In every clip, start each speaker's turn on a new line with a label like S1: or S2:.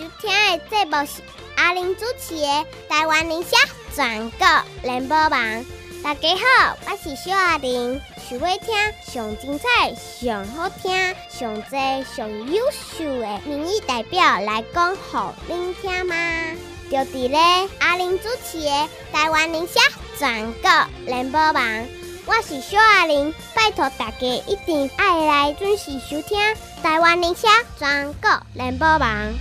S1: 收听的节目是阿玲主持的《台湾理社全国联播网》。大家好，我是小阿玲。想要听上精彩、上好听、上多、上优秀的民意代表来讲，给您听吗？就伫咧阿玲主持的《台湾理社全国联播网》。我是小阿玲，拜托大家一定要来准时收听台湾理社全国联播网。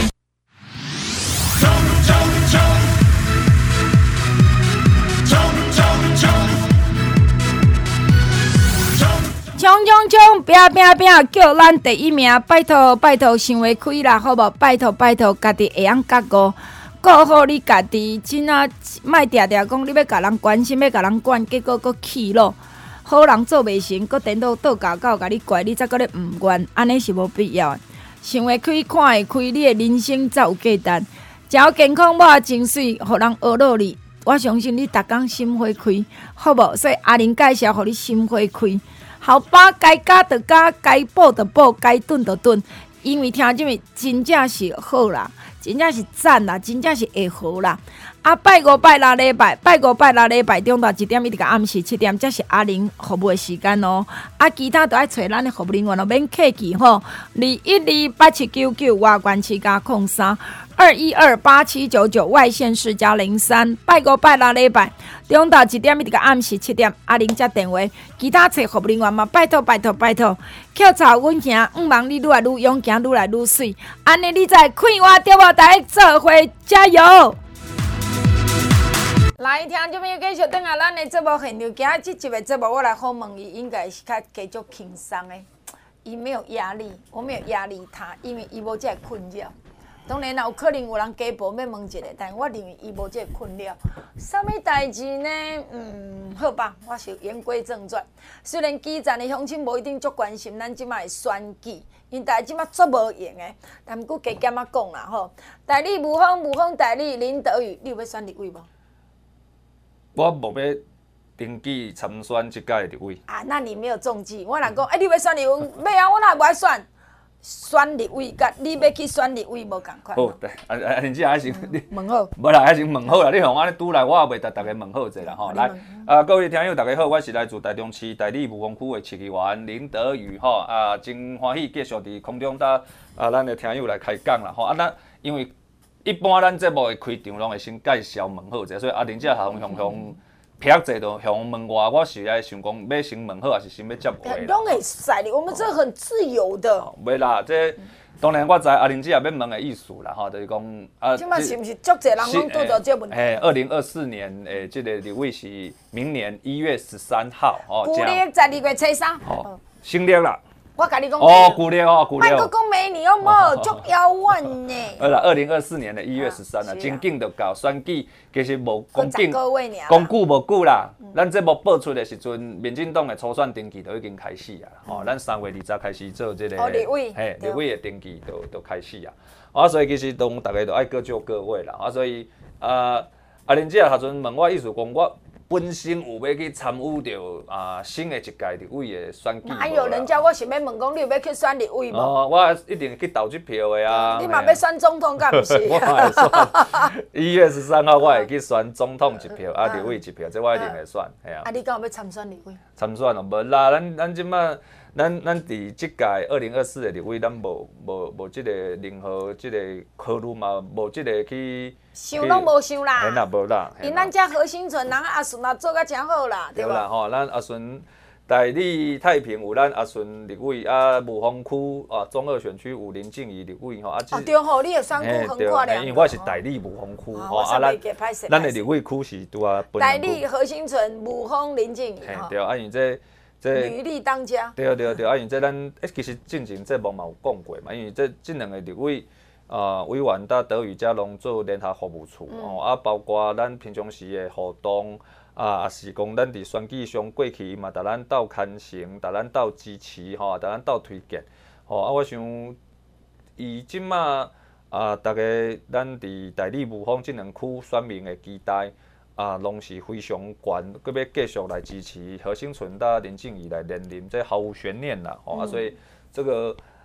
S2: 冲！拼，叫咱第一名！拜托，想话开啦，好无？拜托，家己会晓觉悟。顾好你家己，真啊，莫定讲你要甲人关心，要甲人管，结果佫气咯。好人做袂成，佫颠倒倒教甲你怪，你才佫咧毋愿，安尼是无必要的。想会开，看会开，你的人生才有价值。只要健康抹真水，互人学落你，我相信你逐工心花开，好无？所以阿玲介绍，互你心花开。好吧，该加就加，该补就补，该顿就顿，因为听这物真正是好啦。真正是赞啦，真正是会好啦！拜五拜六礼拜中昼1点一直到暗时7点，这是阿玲服务的时间哦。其他都爱找咱的服务人员咯，免客气吼。21287799外关市加0321287799外县市加03。拜五拜六礼拜中昼1点一直到暗时7点，阿玲接电话。其他找服务人员嘛，拜托，捡草阮行，毋忙你愈来愈勇，行愈来愈水。安尼你才快活对无？大家做伙加油！来，听众朋友继续等下咱的节目现场。今仔这集的节目，我来访问伊，应该是较加足轻松的。伊没有压力，我没有压力他，因为伊无这个困扰。当然啦，有可能有人家暴要问一个，但我认为伊无这个困扰。啥物代志呢？好吧，我是言归正传。虽然基层的乡亲无一定足关心咱即摆的选举，因大即摆足无用的，但毋过加减仔讲啦吼。代理吴峰代理林德宇，你有要选立委无？
S3: 我无要登记参选即届的立委。
S2: 那你没有中计。我若讲，你要选立委，要啊，我哪会选？选立委，甲你要去选立委无共款。
S3: 好，对，你这还是你
S2: 问好。
S3: 无啦，还是问好啦。你向我拄来，我也袂逐个问好者啦吼。来，各位听友大家好，我是来自台中市大理雾峰区的市议员林德宇吼。真欢喜继续伫空中搭咱的听友来开讲啦吼。咱因为一般咱节目的开场拢会先介绍问好者，所以林姐向撇者就向问我是来想讲要先问好，还是先要接话啦？
S2: 拢会使的，我们这很自由的。
S3: 袂啦，这当然我知阿玲姐也要问的意思啦，吼，就是讲
S2: 即摆是毋是足侪人拢拄到这问题
S3: ？2024年这个立委是明年1月13号哦，
S2: 旧历12月初3。
S3: 哦，新历啦。
S2: 我甲你讲。
S3: 旧历哦，旧历。
S2: 莫阁讲明年好无？足遥远呢。
S3: 好啦，2024年的1月13啦，真紧就到选举，其实无讲紧，讲久无久啦。咱节目播出的时阵，民进党的初选登记都已经开始啊。咱3月20开始做这个
S2: 立委，
S3: 立委的登记都开始啊。所以其实大家都爱各就各位啦。所以阿玲姐下阵问我意思讲我。本身有要去参与着新的一届立委的选举。
S2: 哪有人叫我想要问讲，你有要去选立委无？
S3: 我一定去投一票的啊！
S2: 你嘛要选总统，敢毋是？
S3: 我会选1月13号，我会去选总统一票，立委一票，这我一定会选，系啊。
S2: 你敢有要参选立委？
S3: 参选哦，无啦，咱即摆。咱伫即届2024的立委，咱无即个任何即个考虑嘛，无即个去
S2: 想拢无想啦，
S3: 嘿啦无啦。
S2: 因咱遮核心村，人阿顺也做甲真好啦，
S3: 对啦吼，咱阿顺台理太平有咱阿顺立委，雾峰区中二选区有林静怡立委吼，
S2: 对吼，你的选区横跨两个。
S3: 因为我是台理雾峰区吼，咱的立委区是拄啊。
S2: 台理核心村雾峰林静怡
S3: 吼。对，因为
S2: 女力当家。
S3: 对，因为这咱其实进前节目嘛有讲过嘛，因为这两个立委委员甲德宇遮拢做联合服务处包括咱平常时的互动也是讲咱伫选举上过去嘛，甲咱斗牵成，甲咱斗支持甲咱斗推荐我想伊即马大家咱伫大理雾峰这两区选民的期待。拢是非常悬，佮要继续来支持何兴存搭林静怡来连任，这毫无悬念啦。所以这个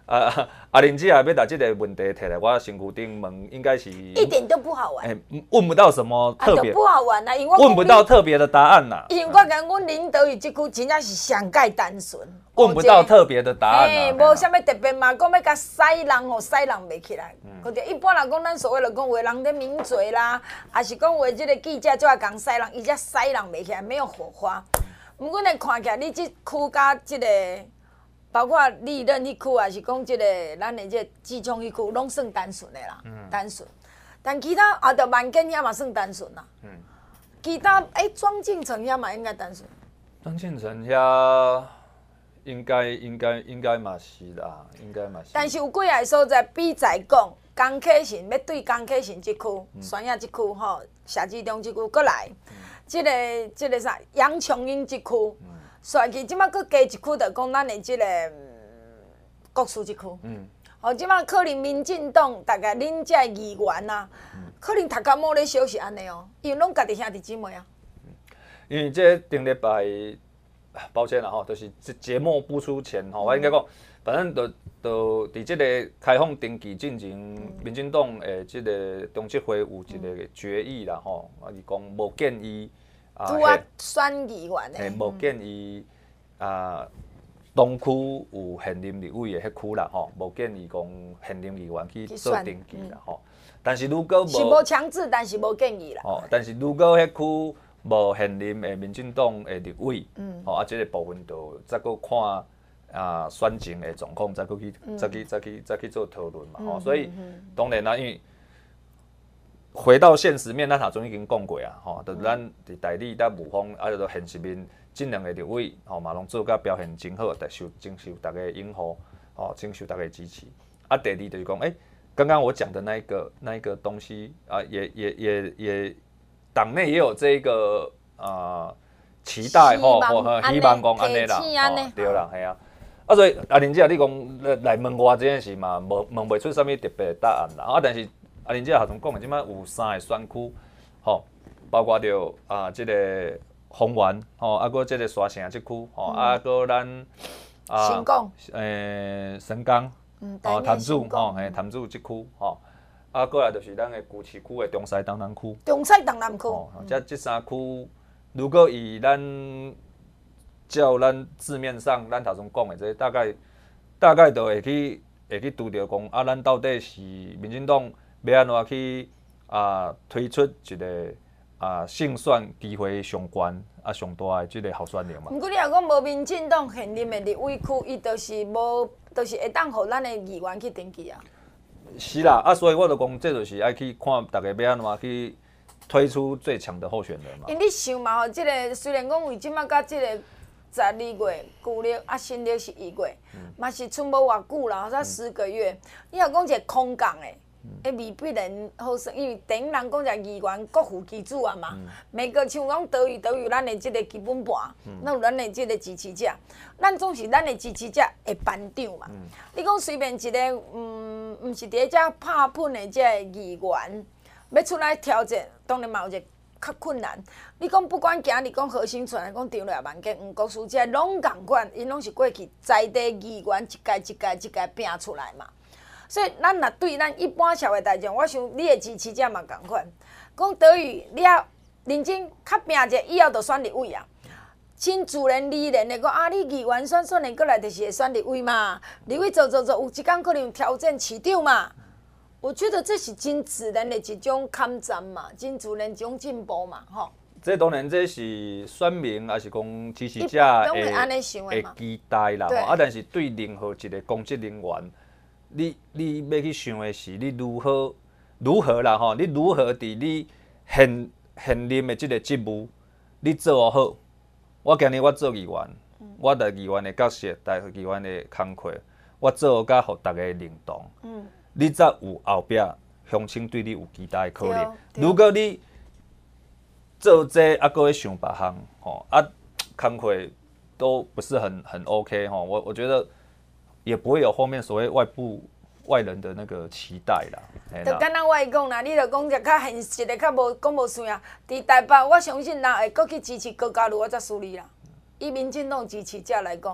S3: 阿玲姐也要把这个问题摕来我身躯顶问，应该是
S4: 一点都不好玩。
S3: 问不到什么特别，
S4: 不好玩啦，因为
S3: 问不到特别的答案啦。
S4: 因为我感阮林德宇这句真正是上介单纯，
S3: 问不到特别的答案啦。
S4: 无啥物特别嘛，讲要甲使人吼，使人袂起来。一般来讲，咱所谓来讲，有的人咧抿嘴啦，还是讲有即个记者就要讲使人，伊才使人袂起来，没有火花。毋过呢，看起来你即区甲即个。包括利刃迄区，还是讲即个咱的即机枪迄区，拢算单纯的啦，单纯。但其他啊，着万建遐嘛算单纯啦。其他庄敬诚遐嘛应该单纯。
S3: 庄敬诚遐应该嘛是啦，应该嘛是。
S4: 但是有几个所在，比在讲江启臣要对江启臣即区、宣雅即区吼、社区中即区，搁来，即个啥杨琼英即区。帅气，即摆佫加一区，就讲咱的即个国事即区。哦，即摆可能民进党大概恁遮议员啊，可能读甲某咧小是安尼哦，因为拢家己兄弟姊妹啊。
S3: 因为这顶礼拜，抱歉啦吼，就是节目播出前吼，我应该讲，反正就伫即个开放登记进前，民进党的即个中执会有一个决议啦吼，啊，伊讲无建议。
S4: 选议员的，
S3: 无建议东区有现任立委的迄区啦吼，无建议讲现任议员去做登记啦吼。但是如果
S4: 是无强制，但是无建议啦。
S3: 哦，但是如果迄区无现任的民进党的立委，即个部分就再搁看选情的状况，再去做讨论嘛吼。所以当然啦，因为回到现实面，咱头先已经讲过啊，吼，就咱伫台里、甲务方，就现实面，这两个立委，吼嘛拢做甲表现真好，真受大家拥护，吼，真受大家支持。第二就是讲，刚刚我讲的那一个东西啊，也党内也有这个期待吼，希望讲安尼啦，对啦，系啊。所以林姐，你讲来问我这件事嘛，问袂出啥物特别的答案啦，但是。林姐也同讲，即摆有3个选区，吼，包括着即个丰原，吼，搁即个沙城即区，吼，搁咱
S4: 成功，
S3: 神冈，潭子，吼，潭子即区，吼，搁来就是咱的旧市区的中西东南区，
S4: 中西东南区，
S3: 即3区，如果以照咱字面上咱头先讲的这，大概就会去拄着讲，咱到底是民进党。要安怎去推出一个胜选机会上悬上大的即个候选人嘛？
S4: 毋过你若讲无民进党现任的立委区，伊就是无，就是会当互咱的议员去登记啊。
S3: 是啦，所以我就讲，这就是爱去看大家要安怎去推出最强的候选人嘛。
S4: 因你想嘛吼，即个虽然讲为即摆到即个12月旧历新历是1月，嘛是剩无偌久啦，才10个月。你若讲一个空降的。未必能好算，因为等于人讲只议员国父基础啊嘛。每个像讲德语，咱的即个基本盘，咱有咱的即个支持者，咱总是咱的支持者的班长嘛。你讲随便一个，毋是伫遮拍拼的即个议员，要出来挑战，当然嘛有一个较困难。你讲不管今日讲核心出来讲张丽万跟黄国书这拢共款，因拢是过去在地议员一届拼出来嘛。所以，咱若对咱一般社会大众，我想你的支持者嘛共款。讲德语，你啊认真较拼者，以后就选立委啊。真自然而然的讲你议员选的过来，就是会选立委嘛。立委做，有一天可能挑战市长嘛。我觉得这是真自然的一种抗战嘛，真自然一种进步嘛，吼。
S3: 这当然这是选民还是讲支持者会期待啦，但是对任何一个公职人员。你要去想的是，你如何啦吼？你如何伫你现任的即个职务，你做好？我今日我做议员，我伫议员的角色，伫议员的工作，我做甲互大家认同。你才有后壁乡亲对你有期待的可能。如果你做这搁会想别项吼，工作都不是很 OK 吼，我觉得。也不会有后面所谓外人的那个期待啦。
S4: 就敢若我讲啦，你着讲只较现实的，较无讲无算啊。伫台北，我相信人会搁去支持高嘉瑜，我才输你啦。以民进党支持者来讲，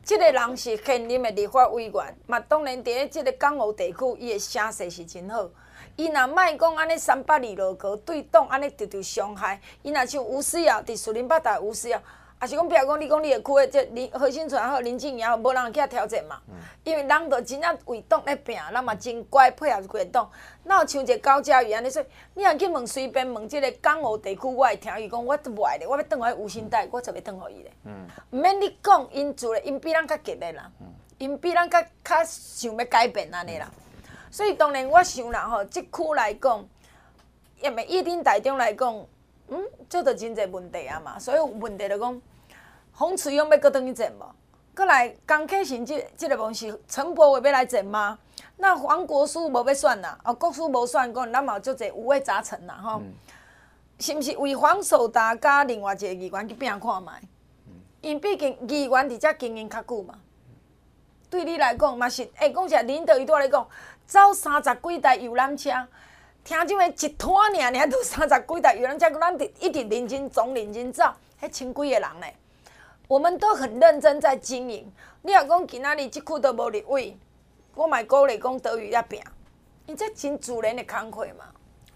S4: 即个人是现任的立法委员，嘛当然伫咧即个港澳地区，伊的声势是真好。伊若莫讲安尼382路高对党安尼直伤害，伊若像吴思瑶伫树林北大吴思瑶，也是讲比如讲你讲你的区的即何新存好、林静怡好，无人去遐挑战嘛。因为人就真正为党咧拼，咱嘛真乖配合规个党。哪有像一个高嘉瑜安尼说，你若去问随便问即个港澳地区，我会听伊讲，我都无爱咧，我要转回吴兴代，我才要转互伊咧。毋免你讲，因做咧，因比咱较激烈啦，因比咱较想要改变安尼啦。所以当然，我想啦吼，即区来讲，也咪一定台中来讲，这就真侪问题啊嘛。所以有问题就讲，洪慈勇要搁转去选无？搁来江启臣即个问是陈柏惟要来选吗？那黄国书无要选啦，国书无选，讲咱嘛有足侪五味杂陈啦吼。是毋是为黄守达甲另外一个议员去拼看卖？因毕竟议员伫遮经营较久嘛。对你来讲嘛是，讲实领导伊拄仔咧讲，走30几台游览车，听种诶一摊尔都30几台游览车，咱一直认真总认真走，迄千几个人咧。我们都很认真在经营。你若讲今仔日即区都无立委，我嘛鼓励讲德语遐拼，因这真自然的工课嘛。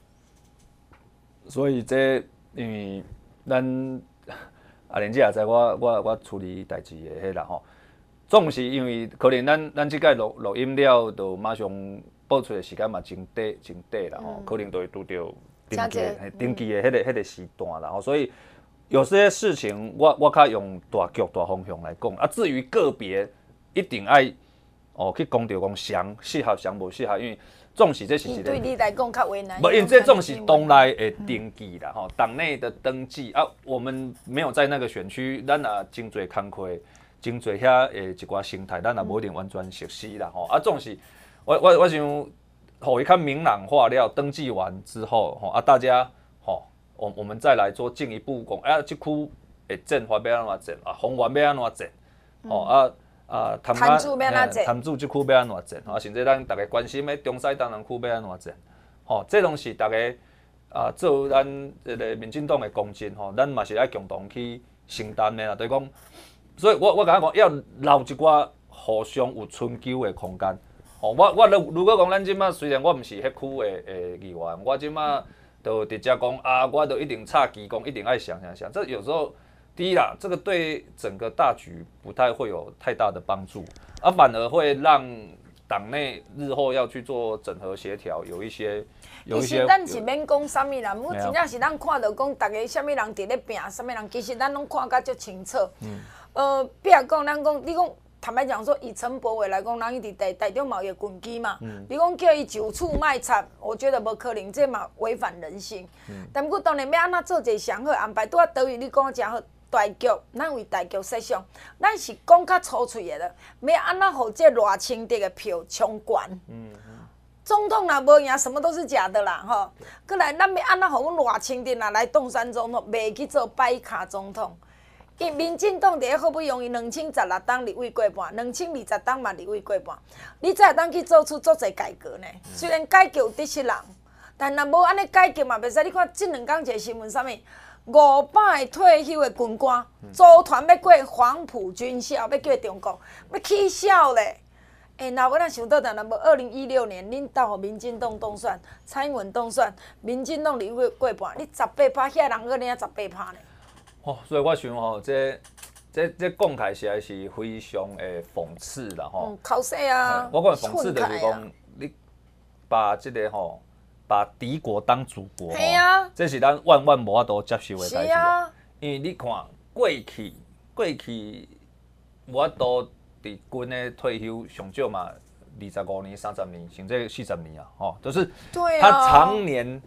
S3: 所以这因为咱阿莲姐也知我处理代志的迄啦吼。总是因为可能咱即届录音了，就马上播出的时间嘛真短啦吼，可能就会拄着登记的迄个时段啦吼，所以有些事情我较用大局大方向来讲，啊至于个别一定爱去讲着讲详适合详无适合，因为总是这是一个
S4: 对你来讲较为难。
S3: 不，因为这总是党内的登记啦吼，党内的登记啊，我们没有在那个选区，咱也真侪工课。真侪遐一寡生态，咱也无一定完全熟悉啦吼。啊，总是我想，互伊较明朗化了，登记完之后吼，啊大家吼，我们再来做进一步讲，啊，这区的政法要安怎整啊，宏源要安怎整，吼
S4: 潭子要安怎整，
S3: 潭子这区要安怎整，啊，甚至咱大家关心的中西东南区要安怎整，吼，这拢是大家做咱这个民进党的公职吼，咱嘛是爱共同去承担的啦，就是讲。所以我感觉讲要留一寡互相有春秋的空间。哦，我如果讲咱即马虽然我毋是迄区的议员，我即马就直接讲啊，我就一定插旗讲一定爱想。这有时候第一啦，这个对整个大局不太会有太大的帮助，反而会让党内日后要去做整合协调有一些。
S4: 其实咱是免讲啥物啦，我真正是咱看到讲，大家啥物人伫咧拼，啥物人其实咱拢看甲足清楚。比如讲，咱讲，你讲坦白讲说，以陈柏惟来讲，人伊伫台中嘛有军机嘛，你讲叫伊就处卖插，我觉得无可能，这嘛违反人性。但不过当然要安怎做一个上好安排，拄仔德语你讲真好，大局咱为大局设想，咱是讲较粗脆的了，要安怎互这偌清德的票冲悬。总统若无赢，什么都是假的啦，吼。过来，咱要安怎互阮偌清德来当选总统，袂去做摆卡总统。因民进党伫好不容易2016党立委过半，2020党嘛立委过半，你才会当去做出足侪改革呢。虽然改革有得失人，但若无安尼改革嘛袂使。你看即2天一个新闻，啥物500个退休的军官组团要过黄埔军校，要叫中国，要起校咧。那我咱想到，若无2016年恁斗民进党当选，蔡英文当选，民进党立委过半，你18%，遐人搁领18%呢。
S3: 所以我想吼，这讲起来实在是非常的讽刺啦吼。
S4: 口水啊！
S3: 我讲讽刺就是讲，你把这个吼，把敌国当祖国，这是咱万万无法度接受的代志。因为你看过去无法度伫军的退休上少嘛，25年、30年，甚至40年啊，吼，就是他常年。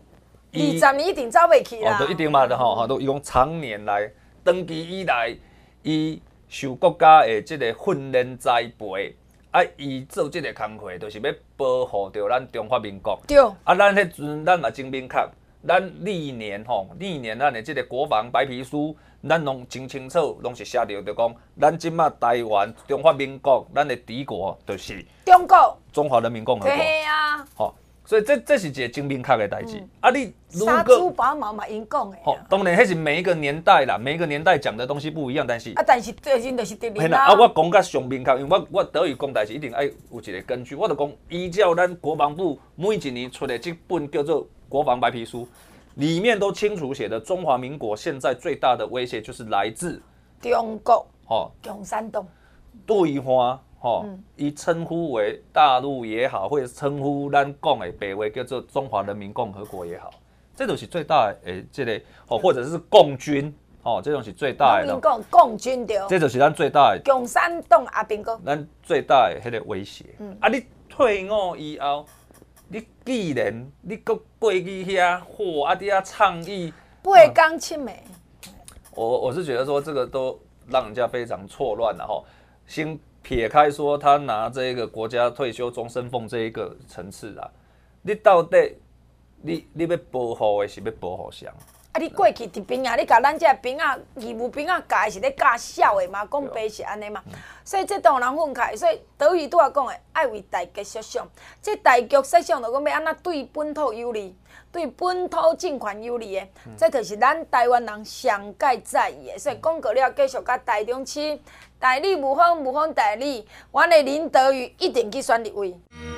S4: 20年一定走袂去啦。
S3: 都一定嘛的吼，都伊讲常年来登基以来，伊受国家的即个训练栽培，伊做即个工课，就是要保护着咱中华民国。
S4: 对。
S3: 咱迄阵咱嘛真明确，咱历年咱的即个国防白皮书，咱拢真清楚，拢是写着就讲，咱即马台湾中华民国，咱的敌国就是
S4: 中国，
S3: 中华人民共和国。
S4: 对啊。
S3: 所以这是一个真明确的代志。你如
S4: 杀
S3: 果
S4: 猪拔毛嘛，因讲的。
S3: 当然，迄是每一个年代啦，每一个年代讲的东西不一样，但是
S4: 但是最近就是敌人
S3: 啦。我讲甲上明确，因为我德语讲代志一定爱有一个根据。我就讲，依照咱国防部每一年出的这本叫做《国防白皮书》，里面都清楚写的，中华民国现在最大的威胁就是来自
S4: 中国、共产党
S3: 对方。以称呼为大陆也好，或者称呼咱讲的白话叫做中华人民共和国也好，这都是最大的这个或者是共军这种是最大的。
S4: 讲共军对，
S3: 这就是咱最大的。
S4: 共产党也边个？
S3: 咱最大的迄个威胁。你退伍以后，你既然你搁过去遐你遐倡议
S4: 8天7夜。
S3: 我是觉得说这个都让人家非常错乱了先撇开说他拿这个国家退休终身俸这一个层次啦，你到底你要保护的是要保护谁？
S4: 你过去伫兵啊，你甲咱这兵啊、义务兵啊教的是咧教小的嘛，讲白是安尼嘛，所以这都有人愤慨。所以德语拄仔讲的，爱为大局设想。这大局设想就讲要安怎对本土有利，对本土政权有利的，这就是咱台湾人上界在意的。所以讲过了，继续甲台中市代理无方代理，阮的林德宇一定去选立委。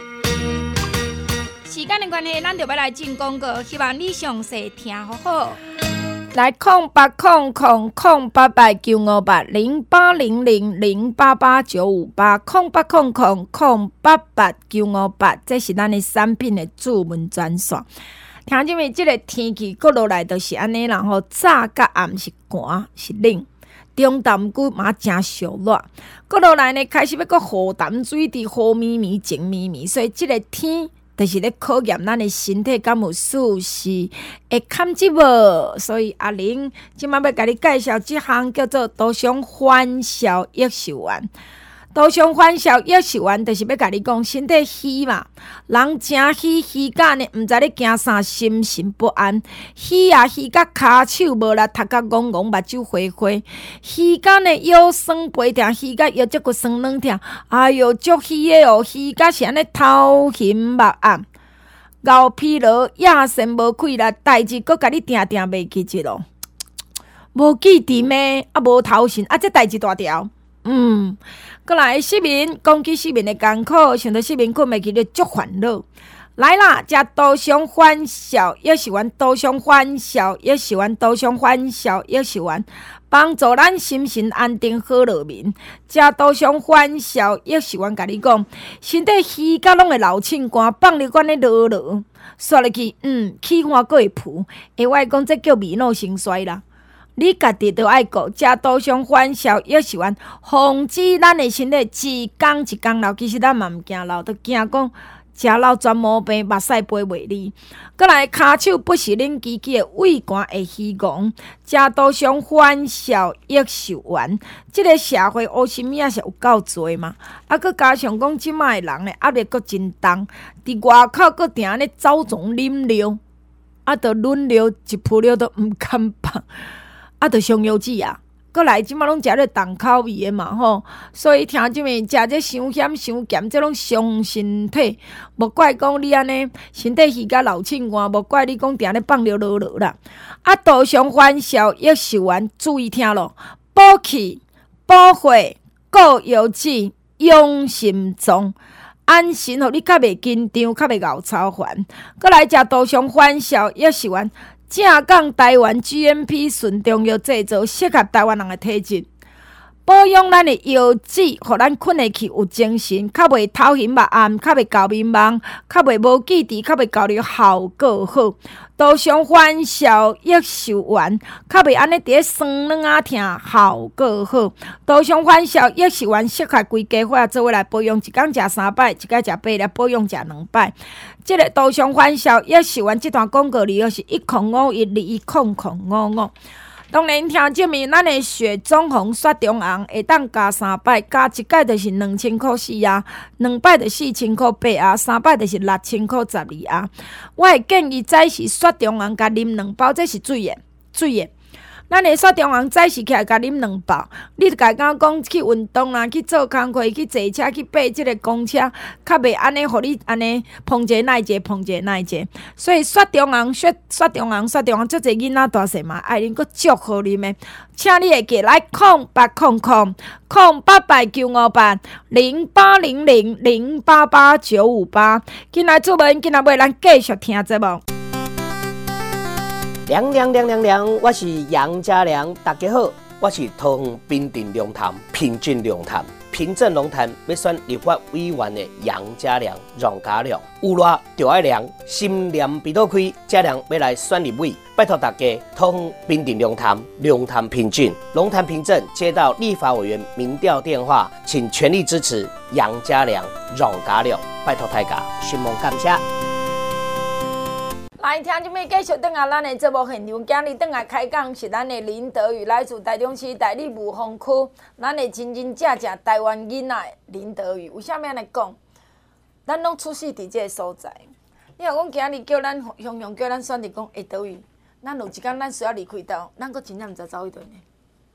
S2: 时间的关系，咱就要来进广告，希望你详细听好好。来080008895808889580889898，这是咱的产品的主文专线。听见没？这个天气过落来就是安尼啦，早甲暗是寒是冷。中淡谷嘛真烧热，过落来呢开始要搁雨淡水滴，雨咪咪、晴咪咪，所以这个天就是咧考验咱的身体敢有舒适，会堪接无？所以阿玲即摆要甲你介绍这项叫做多项欢笑益寿丸。多项欢笑益寿丸，就是要甲你讲身体虚嘛，人真虚甲呢，毋知咧惊啥，心神不安，虚甲骹手无力，头壳戆戆，目睭花花，虚甲呢腰酸背痛，虚甲腰脊骨酸软痛，哎哟，足虚的哦，虚甲是安尼头晕目暗，熬疲劳，夜神无气力，代志搁甲你定袂记住咯，无记伫咩，无头神，这代志大条。过来失眠，讲起失眠的艰苦，想到失眠困袂去，你足烦恼。来啦，食多上欢笑益寿丸，多上欢笑益寿丸，多上欢笑益寿丸，帮助咱心神安定好落眠。食多上欢笑益寿丸，甲你讲，身体虚甲拢会流凊汗，放流管咧落落，刷入去，气汗阁会浮，会话讲这叫迷脑生衰啦。你家己都爱顾，食多上欢笑益寿丸，防止咱的身体一天一天老。其实咱嘛毋惊老，都惊讲食老全毛病，目屎飞袂离。过来骹手不是冷机器的，胃寒会虚戆，食多上欢笑益寿丸。即个社会乌心也是有够多嘛，搁加上讲即摆的人咧压力搁真重，伫外口搁定咧走总啉料，着轮流一扑了都毋敢放。着伤腰子啊！过来即摆拢食咧重口味的嘛吼，所以听即面食这伤咸伤咸，这拢伤身体。无怪讲你安尼身体虚甲流凊汗，无怪你讲定咧放尿落落啦。多上欢笑益寿丸，注意听咯，补气、补血、固腰子、养心脏。安心互你较袂紧张，较袂熬操烦。过来食多上欢笑益寿丸。正港台湾 GMP 纯中药制造，适合台湾人的体质，保养咱的腰子，互咱困下去有精神，较袂头晕目暗，较袂搞迷茫，较袂无记忆，较袂交流效果好。多上欢笑益寿丸，较袂安尼伫咧酸软啊疼，效果好。多上欢笑益寿丸适合规家伙做伙来保养，一工食3摆，一摆食8粒，保养食2摆。这个多上欢笑益寿丸这段广告里头是105120055。当然，听证明咱的血中红、血中红会当加3摆，加一摆就是2000块4啊，2摆就是4000块8啊，3摆就是6000块12啊。我会建议早时血中红加啉2包，这是水的。 咱的雪中红早时起来甲啉2包，你甲伊讲去运动啦，去做工课，去坐车，去爬即个公车，较袂安尼，互你安尼碰者耐者，碰者耐者。所以雪中红，雪中红，足侪囡仔大细嘛爱啉，佮祝福啉的，请你会记来0800-0800-0800-088958。进来出门，进来买，咱继续听节目。
S5: 凉，我是杨家良，大家好，我是桃园平镇龙潭平镇龙潭要选立法委员的杨家良、杨家良，有热就爱凉，心念鼻倒开，家良要来选立委，拜托大家，桃园平镇龙潭平镇接到立法委员民调电话，请全力支持杨家良、杨家良，拜托大家，心望感谢。
S4: 来听即摆继续转来咱的节目现场，今日转来开讲是咱的林德宇，来自台中市大理雾峰区，咱的真正台湾囡仔林德宇。为啥物安尼讲？咱拢出世伫即个所在。你若讲今日叫咱雄叫咱选择讲，德宇，咱有一天咱需要离开岛，咱佫真正毋知走去佗呢？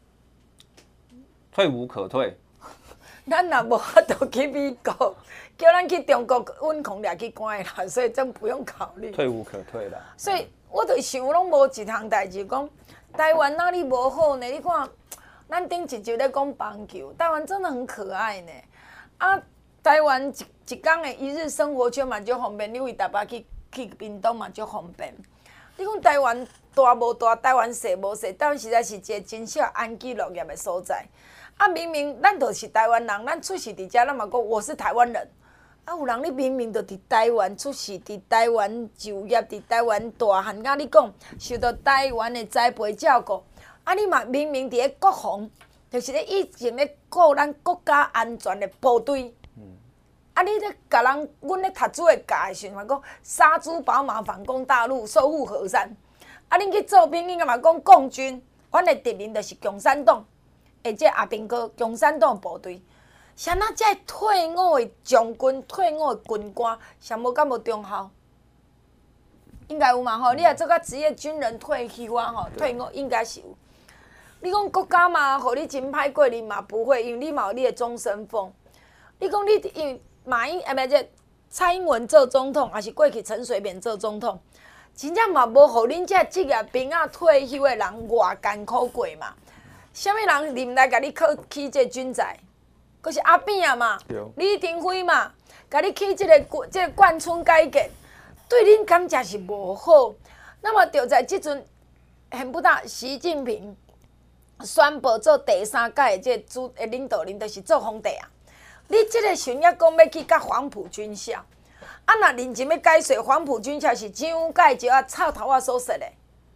S3: 退无可退。
S4: 咱若无法度去美国，叫咱去中国稳控掠去关啦，所以真不用考虑。
S3: 退无可退啦。
S4: 所以我就想，拢无一项代志讲，台湾哪里无好呢？你看，咱顶一集咧讲棒球，台湾真的很可爱呢。啊，台湾一天的一日生活圈嘛，足方便。你为台北去屏东嘛，足方便。你讲台湾大无大，台湾小无小，台湾实在是一个真少安居乐业的所在。啊，明明咱就是台湾人，咱出世伫遮，咱嘛讲我是台湾人。啊，有人你明明就伫台湾出世，伫台湾就业，伫台湾大汉，甲你讲受到台湾的栽培照顾。啊，你嘛明明伫咧国防，就是咧以前咧顾咱国家安全的部队。啊，你咧甲人，阮咧读书的教的时阵嘛讲杀猪宝马反攻大陆，收复河山。啊，恁去做兵，恁干嘛讲共军？阮的敌人就是共产党。或者阿兵哥共产党部队，谁那遮退伍的将军、退伍的军官，谁无敢无忠孝？应该有嘛吼？你若做个职业军人退休啊吼，退伍应该是有。你讲国家嘛，互你真歹过日嘛不会，因为你嘛有你的终身俸。你讲你因为马英蔡英文做总统，还是过去陈水扁做总统，真正嘛无互恁遮职业兵啊退休的人偌艰苦过嘛。啥物人入来甲你起这军宅？佫是阿扁啊嘛，李登辉嘛，甲你起这个眷村改革，对恁感觉是无好。那么就在即阵，很不大，习近平宣布做第3届的这领导人，就是做皇帝啊。你即个时阵也讲要去甲黄埔军校，啊，若认真要解说，黄埔军校是蒋介石啊臭头仔所设的。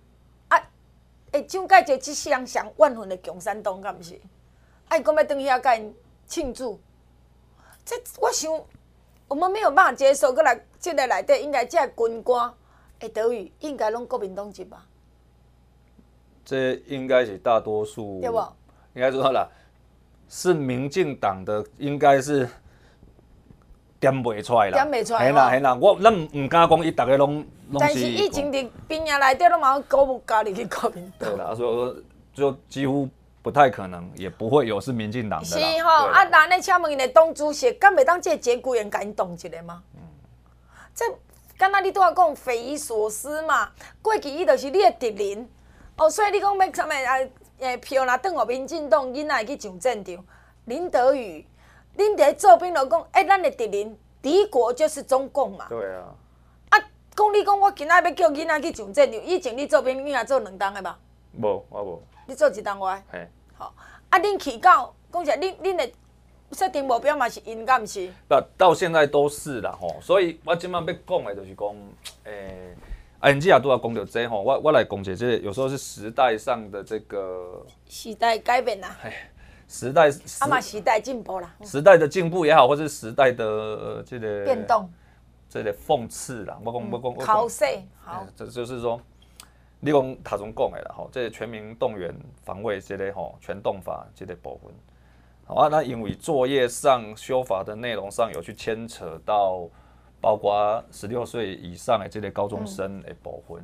S4: 蒋介石即世人上怨恨的共产党，敢毋是？啊，伊讲要转去遐甲因庆祝，这我想我们没有办法接受。过来，这个内底应该这军官的德语应该拢国民党籍吧？
S3: 这应该是大多数，
S4: 对不？
S3: 应该说啦，是民进党的，应该是点袂出来啦。
S4: 点袂出来。
S3: 嘿啦，咱唔敢讲伊大家拢。
S4: 但是以前伫兵营内底拢嘛鼓舞加入去国民党。
S3: 对啦，所以说就几乎不太可能，也不会有是民进党的。
S4: 是吼，啊，那呢，请问因的党主席，敢袂当这个节骨眼甲因动一下吗？这敢若你拄仔讲匪夷所思嘛？过去伊就是你的敌人，哦，所以你讲要啥物票若转互民进党，囡仔会去上战场。林德宇，恁伫做兵就讲，咱的敌人，敌国就是中共嘛。
S3: 对啊。
S4: 讲你讲我今仔要叫囡仔去上战场，以前你做兵，你若做2档的吧？
S3: 无，我无。
S4: 你做1档我？
S3: 嘿。
S4: 好，啊，恁起到讲起来，恁的设定目标嘛是因，敢毋是？
S3: 到现在都是啦吼，所以我今摆要讲的就是讲，因只也拄仔讲到这吼，我来讲解这有时候是时代上的这个
S4: 时代改变啦。
S3: 时代
S4: 嘛时代进步啦。
S3: 时代的进步也好，或是时代的这个
S4: 变动。
S3: 这个讽刺啦，我讲
S4: 考试好，
S3: 这就是说，你讲他中讲的啦，吼，这全民动员防卫这个吼全动法这个部分，好啊，那因为作业上修法的内容上有去牵扯到，包括16岁以上的这个高中生的部分，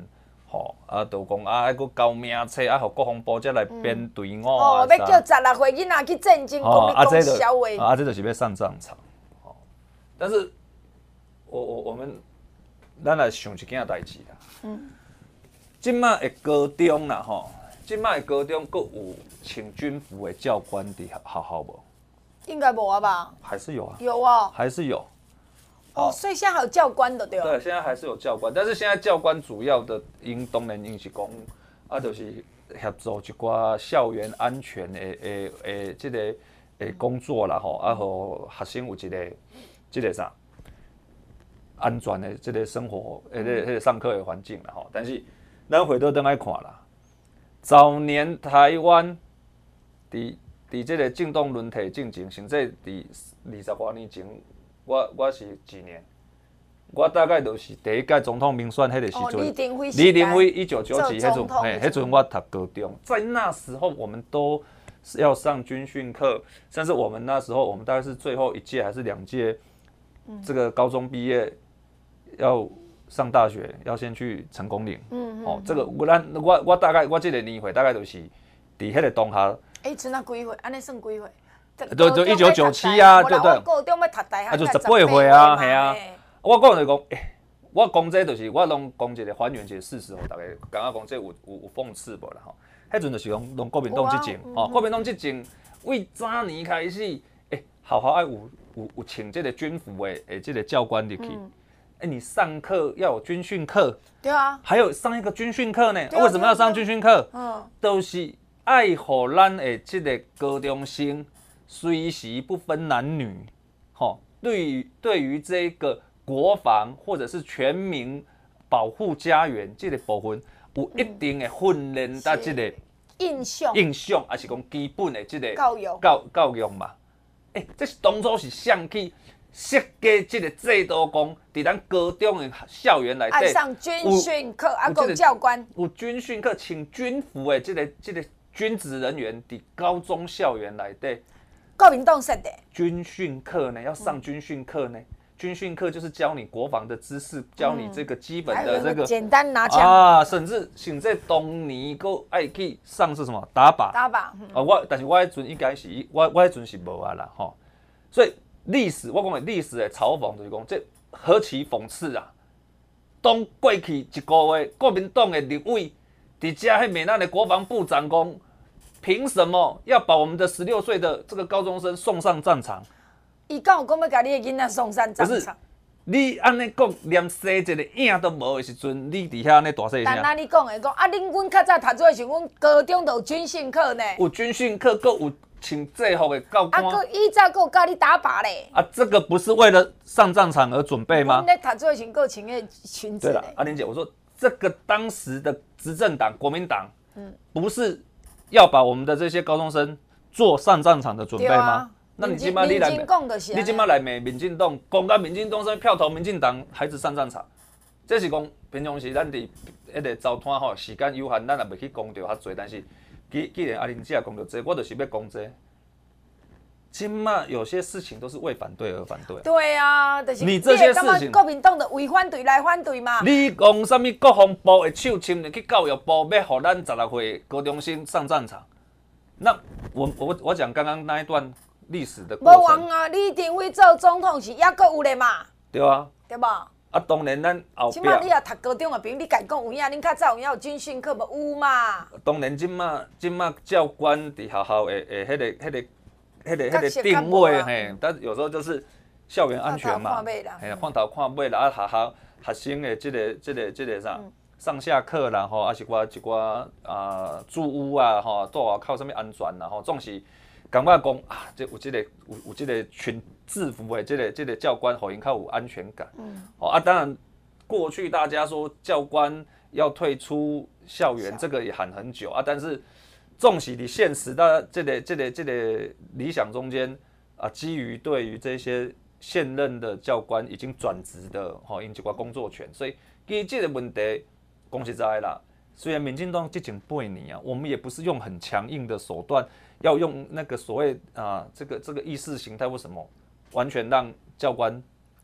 S3: 吼，就讲还佫交名册，互国防部才来编队伍
S4: 哦，要叫16岁囡仔去战争，讲你讲笑话。
S3: 这就是要上战场。哦，但是我们咱来想一件代志啦。即摆的高中啦吼，即摆的高中佫有穿军服的教官伫学校无？
S4: 应该无啊吧？
S3: 还是有啊。
S4: 有啊。
S3: 还是有。
S4: 哦，所以现在还有教官的对吧？
S3: 对，现在还是有教官，但是现在教官主要的当然是讲就是协助一寡校园安全的这个工作啦吼，互学生有这个啥安全的这个生活迄个上课的环境啦吼。但是咱回头来看啦，早年台湾伫这个政党轮替进程，甚至伫20多年前。我是几年？我大概就是第一届总统民选迄个时阵，李登辉1997迄阵我读高中，在那时候我们都是要上军训课，甚至我们那时候我们大概是最后1届还是2届，这个高中毕业要上大学，要先去成功岭。这个我大概我这个年岁大概就是伫迄个当下。
S4: 阵啊几岁？安尼算几岁？
S3: 就1997啊，对对。
S4: 高中要读大学，
S3: 就18岁啊，系啊。我讲就讲，我讲这就是我拢讲一个还原一个事实，大家感觉讲这有讽刺无啦吼。迄阵就是讲国民党执政，国民党执政为早年开始，学校爱有请这个军服的这个教官入去。你上课要有军训课，
S4: 对啊，
S3: 还有上一个军训课呢。为什么要上军训课？都是爱互咱的这个高中生。随时不分男女，对于这个国防或者是全民保护家园这个部分，有一定的训练到这个
S4: 印象，
S3: 还是讲基本的这个教育嘛？这是当初是谁去设计这个制度，讲伫咱高中的校园内底，
S4: 爱上军训课，有教官，
S3: 有军训课，请军服的这个军职人员伫高中校园内底。
S4: 国民党设的
S3: 军训课呢，要上军训课呢。军训课就是教你国防的知识，教你这个基本的这个
S4: 简单拿枪
S3: 啊，甚至当年佫爱去上是什么打靶。但是我迄阵应该是我迄阵是无啊啦吼。所以历史我讲的历史的嘲讽就是讲，这何其讽刺啊！当过去1个月，国民党的立委伫遮迄面咱的国防部长讲。凭什么要把我们的16岁的这个高中生送上战场？
S4: 伊敢有讲要把你的囡仔送上战场？不是，
S3: 你安尼讲，连生一个影都无的时阵，你伫遐安尼大细声。
S4: 但你讲的讲阮较早读书的时候，阮高中都有军训课呢。
S3: 有军训课，佫有穿制服的教官。
S4: 佫以早佫有教你打靶嘞。
S3: 这个不是为了上战场而准备吗？
S4: 阮咧读书的时候，佫穿个裙子。
S3: 对了，玲姐，我说这个当时的执政党国民党，不是。要把我们的这些高中生做上战场的准备吗？那你今麦你来，你今麦来骂民进党，讲到民进党什么票投民进党，孩子上战场，这是讲平常时咱伫迄个糟摊吼，时间有限，咱也袂去讲到遐多。但是既然玲姐讲到这，我就是要讲这。今麦有些事情都是为反对而反对。
S4: 对啊，就是
S3: 你这些事情，
S4: 国民党的为反对来反对嘛。
S3: 你讲什么国防部的手伸入去教育部，要互咱16岁高中生上战场？那我讲刚刚那一段历史的过程。无
S4: 忘啊，李登辉做总统时也佫有咧嘛。
S3: 对啊。
S4: 对吧？
S3: 当然咱后壁。
S4: 即摆你也读高中的朋友，你家讲有影，恁较早有军训课无有嘛？
S3: 当然，即摆教官伫学校的迄个定位，嘿，但有时候就是校园安全嘛，看头看尾啦，学生的这个啥，上下课啦吼，还是一寡住屋啊吼，住外口什么安全啦吼，总是感觉讲这有这个穿制服的这个教官，互因较有安全感。当然过去大家说教官要退出校园，这个也喊很久但是。纵使你现实的这个理想中间基于对于这些现任的教官已经转职的因一寡工作权，所以其实这个问题讲实在啦，虽然民进党执政8年我们也不是用很强硬的手段，要用那个所谓这个意识形态或什么，完全让教官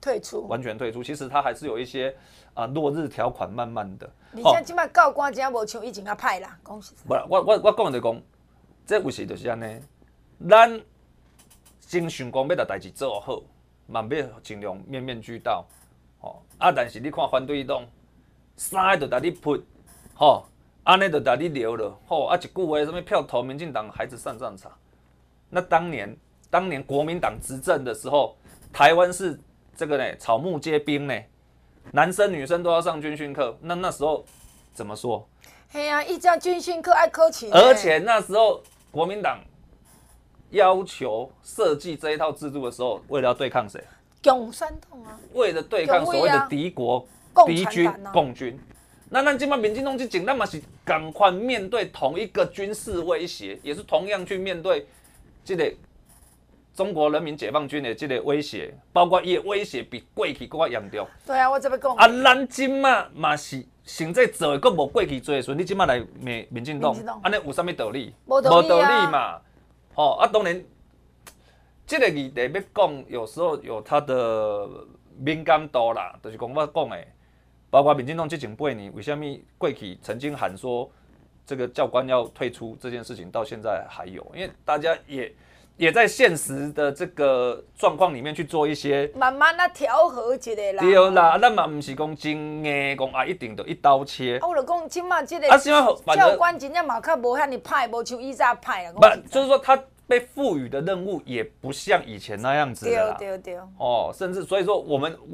S4: 退出，
S3: 完全退出。其实它还是有一些落日条款，慢慢的。
S4: 而且即摆教官真无像以前啊歹啦，讲实在。
S3: 不，我讲就讲，这有时就是安尼，咱先想讲要把代志做好，嘛要尽量面面俱到。但是你看反对党，三个就甲你批，安尼就甲你留了，一句话什么票投民进党，孩子上战场。那当年国民党执政的时候，台湾是这个呢，草木皆兵呢，男生女生都要上军训课。那时候怎么说？
S4: 嘿啊，一家军训课爱考勤。
S3: 而且那时候国民党要求设计这一套制度的时候，为了要对抗谁？
S4: 共产党啊。
S3: 为了对抗所谓的敌国、敌军、共军。那咱今麦民进党之前，咱嘛是赶快面对同一个军事威胁，也是同样去面对这个中国人民解放军的这个威胁，包括伊的威胁比过去更加严重。
S4: 对啊，我这要讲。
S3: 咱今麦嘛是现在做的，佫无过去做的时候，你今麦来民进党，安尼有啥物道理？
S4: 无道理
S3: 嘛。当然，这个议题要讲，有时候有它的敏感度啦，就是讲我讲的。包括民进党之前8年，为什么过去曾经喊说这个教官要退出这件事情，到现在还有？因为大家也在现实的这个状况里面去做一些
S4: 慢慢啊调和一下啦。
S3: 对啦，咱嘛唔是讲真硬，讲一定就一刀切。
S4: 我就讲，即马这个教官真正嘛较无遐尼歹，无像以前歹啦。
S3: 不，就是说他被赋予的任务也不像以前那样子了啦。
S4: 对。
S3: 甚至所以说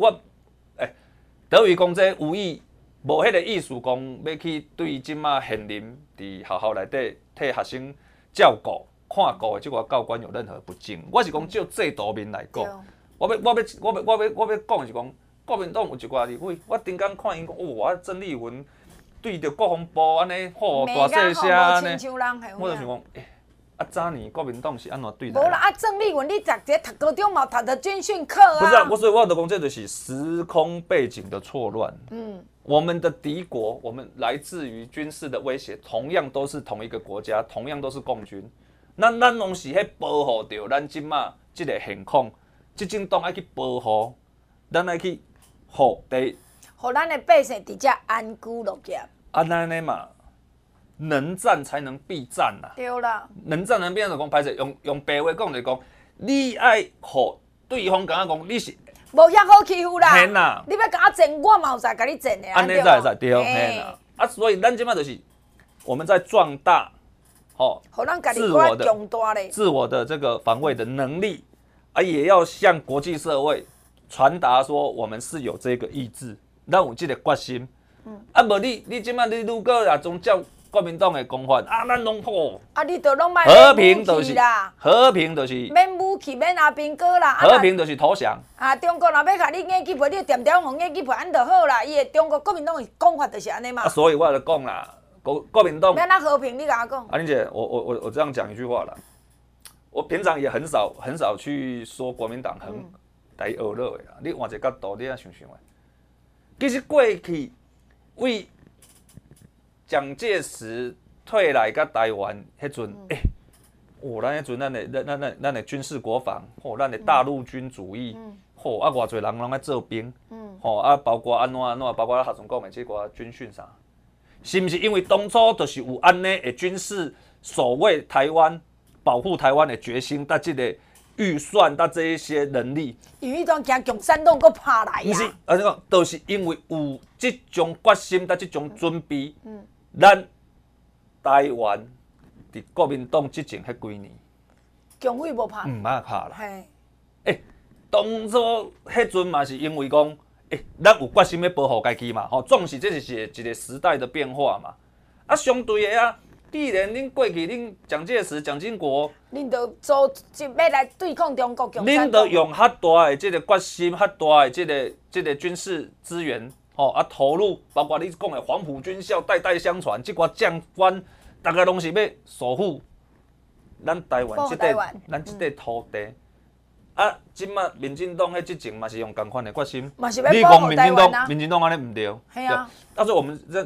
S3: 德语讲这有意无迄个意思，讲要去对即马现任伫学校内底替学生照顾、看顾的即个教官有任何不敬。我是讲就制度面来讲，我要讲的是讲，国民党有一寡立委，我顶天看因讲，我郑丽文对着国防部安尼大细声安尼，我就想讲，早年国民党是安怎对待？
S4: 无啦，郑丽文，你读这读高中嘛，读的军训课啊。
S3: 不是啊，所以我就讲，这就是时空背景的错乱。我们的敌国，我们来自于军事的威胁，同样都是同一个国家，同样都是共军。咱拢是喺保护着咱即马即个现况，即种党爱去保护，咱爱去护地，
S4: 互咱的百姓伫遮安居乐业。
S3: 安尼嘛。能战才能必战啦。
S4: 对啦。
S3: 能战能必战就讲歹势，用白话讲就是讲，你爱互对方敢讲你是
S4: 无遐好欺负啦。
S3: 嘿啦。
S4: 你要甲我争，我嘛有在甲你争的。
S3: 安尼才会使对，嘿啦。所以咱即摆就是我们在壮大，自我的这个防卫的能力，也要向国际社会传达说我们是有这个意志，咱有这个决心。无你即摆你如果也宗教。国民党的讲法咱拢好。
S4: 你就拢卖
S3: 和平就是啦，和平就是
S4: 免武器，免阿兵哥啦。
S3: 和平就是投降。
S4: 中国若要甲你硬击破，你点点红硬击破，安就好啦。伊的中国国民党的讲法就是安尼嘛。
S3: 所以我就讲啦，国民党。
S4: 免那和平，你甲我讲。
S3: 玲姐，我这样讲一句话啦，我平常也很少去说国民党很台恶热的啦。你换一个角度，你啊想想诶，其实过去为蒋介石退来甲台湾迄阵，咱迄阵咱的军事国防，咱的大陆军主义，偌侪人拢在做兵，包括安怎，包括咱学生讲的这个军训啥，是毋是因为当初就是有安尼的军事守卫台湾、保护台湾的决心，甲这个预算，甲这一些能力？
S4: 因为迄阵惊共产党搁拍来呀。
S3: 不是，讲都是因为有这种决心，甲这种准备。咱台湾伫国民党执政迄几年，
S4: 共匪无拍，
S3: 毋捌拍啦。当初迄阵嘛是因为讲，咱有决心要保护家己嘛，总是这是一个时代的变化嘛。相对的既然恁过去恁蒋介石、蒋经国，
S4: 恁就做要来对抗中国共产党，
S3: 恁就用较大的这个决心、较大的这个军事资源。投入，包括你讲的黄埔军校代代相传，这寡将官，大家拢是要守护咱台湾这块土地。即马民进党迄执政嘛是用同款的决心，
S4: 嘛是要保护台湾啊。
S3: 民进党安尼唔对，
S4: 系啊。
S3: 所以我们这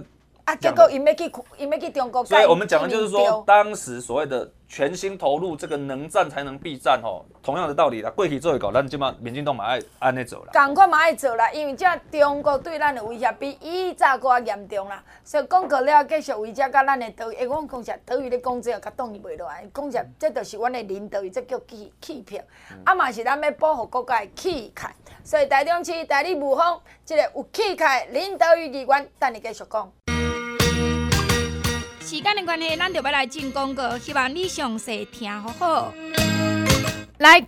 S4: 结果伊要去中国，
S3: 所以我们讲的就是说，当时所谓的全心投入这个能战才能必战吼，同样的道理啦。过去做会到，咱即马民进党嘛爱安尼做啦。
S4: 赶快嘛爱做啦，因为这中国对咱的威胁比以早搁严重啦。所以讲过了，继续为这甲咱的岛屿，我讲实，岛屿咧讲这甲挡伊袂落来。讲实，这就是阮的领导，这叫欺骗。嘛是咱要保护国家的气概。所以台中市代理务方，这个有气概领导与议员，等你继续讲。
S2: 时间的关系，咱就要来进广告，希望你详细听好好。来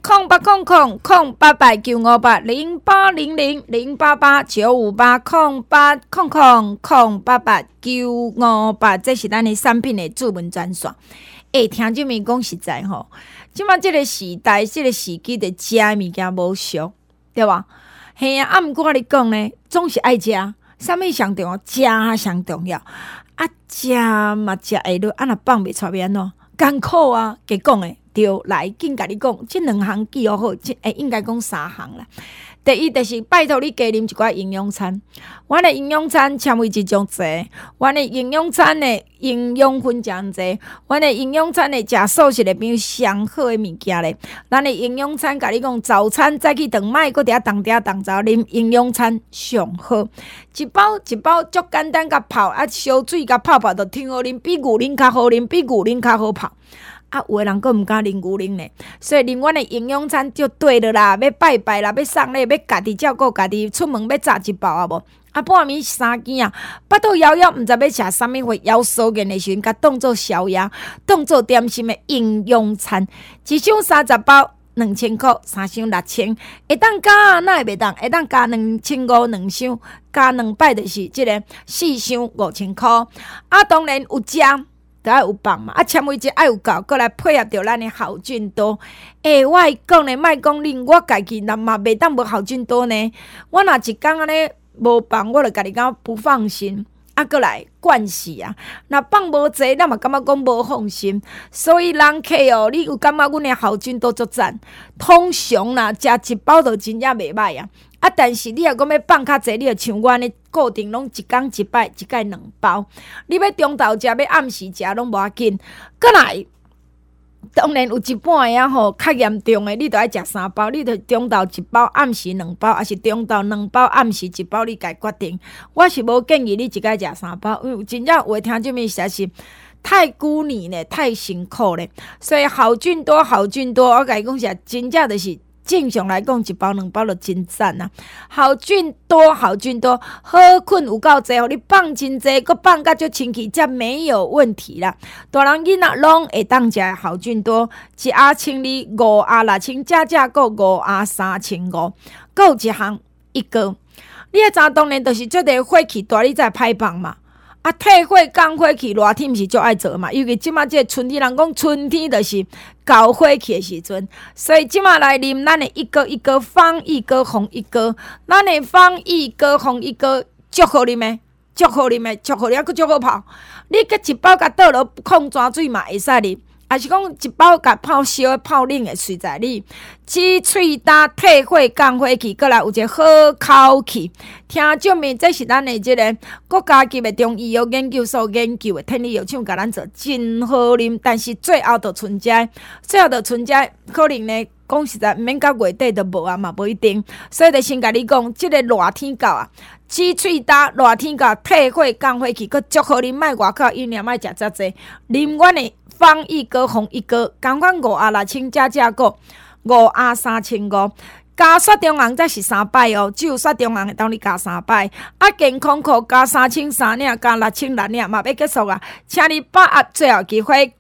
S2: 0800-958-080-088-958-088-958，这是咱的产品的主文专线。听这面讲实在吼，即马这个时代、这个时机的食物件无俗，对吧？嘿啊，毋过我咧讲呢，总是爱食，啥物上重要？食上重要。食嘛食会落，若放袂出要安怎？艰苦啊！加讲诶，对，来紧甲你讲，即两项记好，应该讲三项啦。第一就是拜托你加啉一寡营养餐，阮的营养餐纤维质种侪，阮的营养餐的营养分真侪，阮的营养餐的食素食的比上好的物件咧。咱的营养餐甲你讲，早餐再去顿摆，搁伫遐动早啉营养餐上好。一包一包足简单，甲泡烧水甲泡就挺好啉，比牛奶较好啉，比牛奶较好泡。有的人佫毋敢啉牛奶呢，所以啉阮的营养餐就对了啦。要拜拜啦，要送礼，要家己照顾家己，出门要炸一包啊无？半暝3更啊，巴肚枵枵，毋知要食啥物货，枵酥眼的时阵，甲当做宵夜，当做点心的营养餐，一箱30包，2000块，3箱6000，会当加哪会袂当？会当加2500，2箱加2摆就是即个4箱5000块。当然有食。就爱有放嘛，纤维质爱有够，过来配合着咱的好菌多。我会讲呢，莫讲恁，我家己若嘛袂当无好菌多呢。我若一工安尼无放，我就家己感觉不放心。过来惯势啊，若放无济，咱嘛感觉讲无放心。所以人客哦，你有感觉阮的好菌多足赞？通常啦，食一包就真正袂歹啊。但是你若讲要放较济，你就像我安尼固定拢一工一摆，一摆2包。你要中昼食，要暗时食，拢无要紧。过来，当然有一半的吼较严重的，你就爱食3包。你就中昼1包，暗时2包，还是中昼2包，暗时1包，你家决定。我是无建议你一摆食3包，因为真正有的听这面实在是太孤立咧，太辛苦咧。所以好菌多，好菌多，我甲你讲是真正就是。正常来讲，1包2包就真赞啊！好菌多，好菌多，好菌有够济，互你放真济，佮放甲足清气，才没有问题啦。大人囡仔拢会当食好菌多，1盒12，5盒6000，加个5盒3500，佮有一项1个。你个早当然就是做个火气大，你才歹放嘛。退火降火气，热天毋是足爱做嘛？尤其即马即个春天，人讲春天就是高火气的时阵，所以即马来啉咱的一个方一哥红一哥，咱的方一哥红一哥足好啉的，足好啉的，足好啉，佮足好泡。你佮一包甲倒落控泉水嘛会使啉。还是讲一包甲泡烧泡冷的，随在你止喙焦、退火、降火气，过来有一个好口气。听证明这是咱的这个国家级的中医药研究所研究的天理药厂，甲咱做真好啉。但是最后就存在，可能呢讲实在，毋免到月底就无啊嘛，无一定。所以就先甲你讲，这个热天到啊，止喙焦、热天到退火、降火气，佮足好啉，莫外口饮料莫食遮济，啉阮的。方一哥、红一哥，同款5盒6000，加个5盒3500，加雪中红才是3摆哦，只有雪中红会当你加3摆。健康裤加3300领，加6000领嘛要结束啊！请你把握最后机会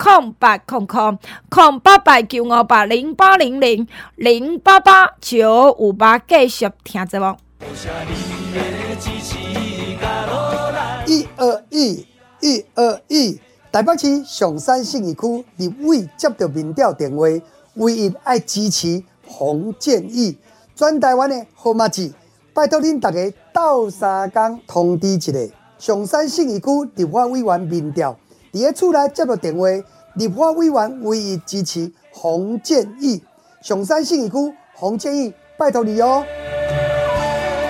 S2: ，0800-0800-088-958，继续听节目。
S6: 121。台北市上山信义区立委接到民调电话，唯一爱支持洪建义，全台湾的号码字，拜托恁大家斗3天通知一下。上山信义区立法委员民调，伫个厝内接到电话，立法委员唯一支持洪建义，上山信义区洪建义，拜托你哦。
S4: 来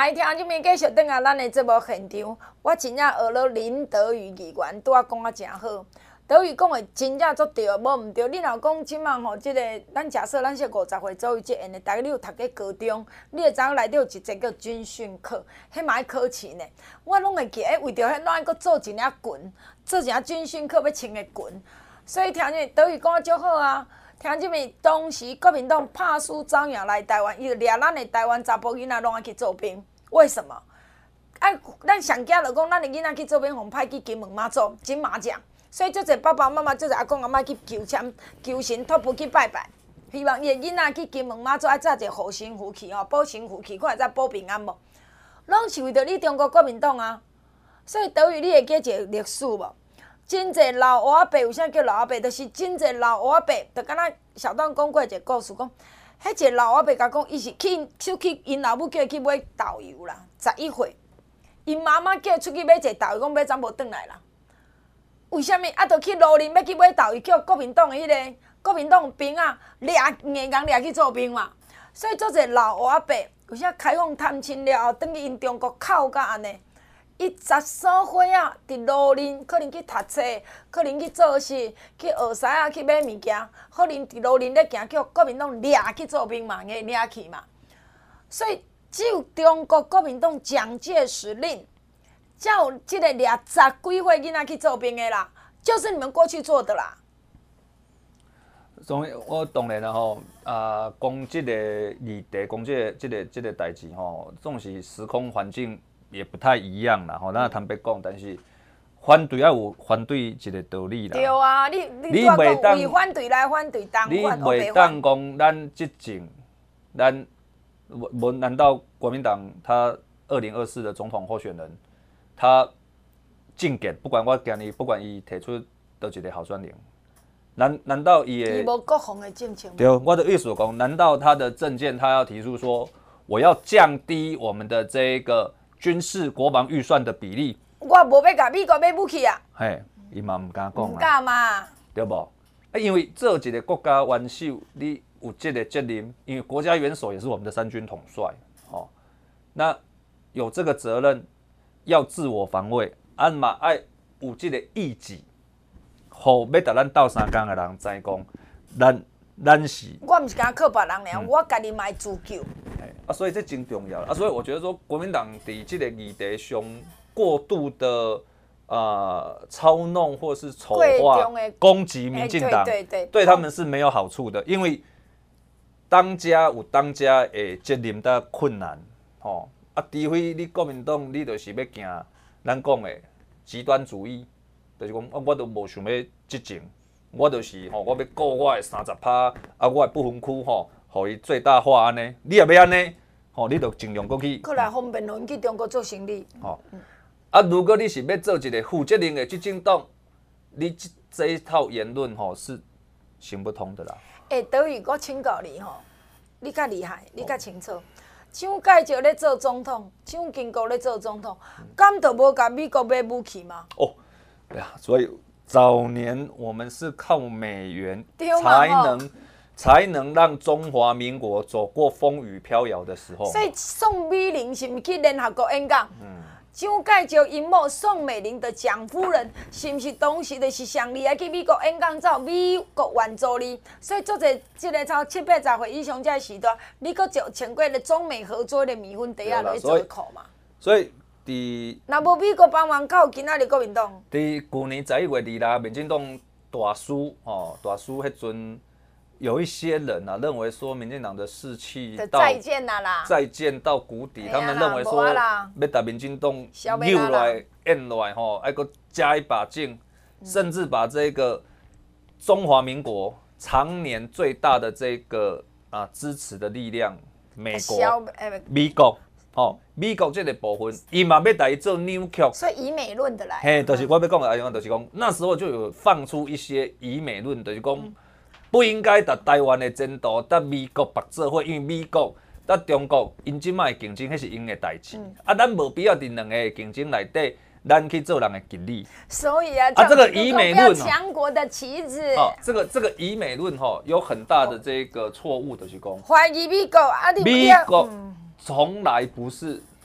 S4: 来，听这边继续转来咱的节目现场，我真正学了林德宇议员拄仔讲啊真好。德宇讲的真正足对，无毋对。你若讲即满吼，即个咱假设咱是50岁左右即end的，大家你有读过高中，你会知影内底有一节叫军训课，迄嘛爱考试呢。我拢会记，为着迄咱搁做一领裙，做一领军训课要穿的裙。所以听这德宇讲啊足好啊。听这边当时国民党拍输张扬来台湾，伊就掠咱的台湾查甫囡仔拢爱去做兵，为什么？咱上惊就讲咱的囡仔去做兵，互派去金门妈祖金马奖。所以，足侪爸爸妈妈、足侪阿公阿妈去求签、求神、托付去拜拜，希望伊的囡仔去金门妈祖爱载一个护身符去吼，保身符去，看会使保平安无？拢是为着你中国国民党啊！所以德语你会记一个历史无？真侪老乌仔伯，为啥叫老乌仔伯？就是真侪老乌仔伯，就敢若小段讲过一个故事，讲迄一个老乌仔伯甲讲，伊是去因老母叫伊去买豆油啦，11岁，因妈妈叫伊出去买一个豆油，讲买怎无转来啦？为虾米啊？着去罗林要去买豆油，叫国民党的迄个国民党兵啊，硬工掠去做兵嘛。所以做者老乌仔伯，有啥开放探亲了后，等去因中国靠甲安尼。伊10岁岁啊，伫罗林可能去读册，可能去做事，去学师啊，去买物件，可能伫罗林咧行，叫国民党掠去做兵嘛，掠去嘛。所以只有中国国民党蒋介石令。才有即个掠10几岁囡仔去做兵的啦，就是你们过去做的啦。
S3: 所以我当然啦吼，讲即个议题，讲即个代志吼，总是时空环境也不太一样啦吼。咱坦白讲，但是反对要有反对一个道理啦。
S4: 对啊，你袂当为反对来反对，当
S3: 你
S4: 反
S3: 袂当讲咱执政，咱难道国民党他2024的总统候选人？他政见不管我今日不管伊提出倒一个候选人，难道伊
S4: 无国防的政策？
S3: 对，我的意思讲，难道他的政见他要提出说，我要降低我们的这个军事国防预算的比例？
S4: 我无要甲美国买武器啊！
S3: 嘿，伊嘛唔敢讲啊，
S4: 唔敢嘛，
S3: 对不？因为做一个国家元首，你有这个责任，因为国家元首也是我们的3军统帅，哦，那有这个责任。要自我防卫，嘛爱有这个意志，互要甲咱斗相共的人知讲，咱是。
S4: 我唔是敢靠别人俩，我家己嘛会自救。
S3: 所以这真重要所以我觉得说，国民党伫这个议题上过度的操弄或是丑化攻击民进党，对他们是没有好处的，因为当家有当家的责任的困难，吼。除非你国民党，你就是要行咱讲的极端主义，就是讲，我都无想要执政，我就是我要顾我的30%，我的不分区互伊最大化安尼。你也要安尼，你就尽量过去。
S4: 过来方便去中国做生意。
S3: 如果你是要做一个负责任的执政党，你这一套言论是行不通的啦。
S4: 德宇，我请教你你较厉害，你较清楚。蒋介石咧做总统，蒋经国咧做总统，敢就无甲美国买武器吗？
S3: 对啊，所以早年我们是靠美元才能让中华民国走过风雨飘摇的时候。
S4: 所以宋美龄是毋是去联合国演讲？蒋介石因某宋美龄的蒋夫人，是毋是当时就是上厉害去美国演讲，走美国援助你？所以做者即个超780岁以上这时代，你搁就穿过咧中美合作的米粉袋啊，落去做裤嘛。
S3: 所以
S4: 若无美国帮忙，靠今仔日国民党。
S3: 伫去年11月2日，民进党大输迄阵。有一些人认为说民进党的士气再见到谷底，他们认为说要把民进党扭来演来还阁加一把劲，甚至把这个中华民国常年最大的这个支持的力量，美国这个部分，伊嘛要来做扭曲，
S4: 所以以美论的来，
S3: 就是我要讲的，就是讲那时候就有放出一些以美论，就是讲。不应该把台湾的前途甲美国绑做伙，因为美国甲中国因即摆的竞争，迄是因的代志。咱无必要伫两个竞争内底，咱去做人的经理。
S4: 所以
S3: 这个以美论
S4: 强国的棋子。
S3: 这个以美论有很大的这个错误的去讲。
S4: 怀疑美国
S3: 美国从来不是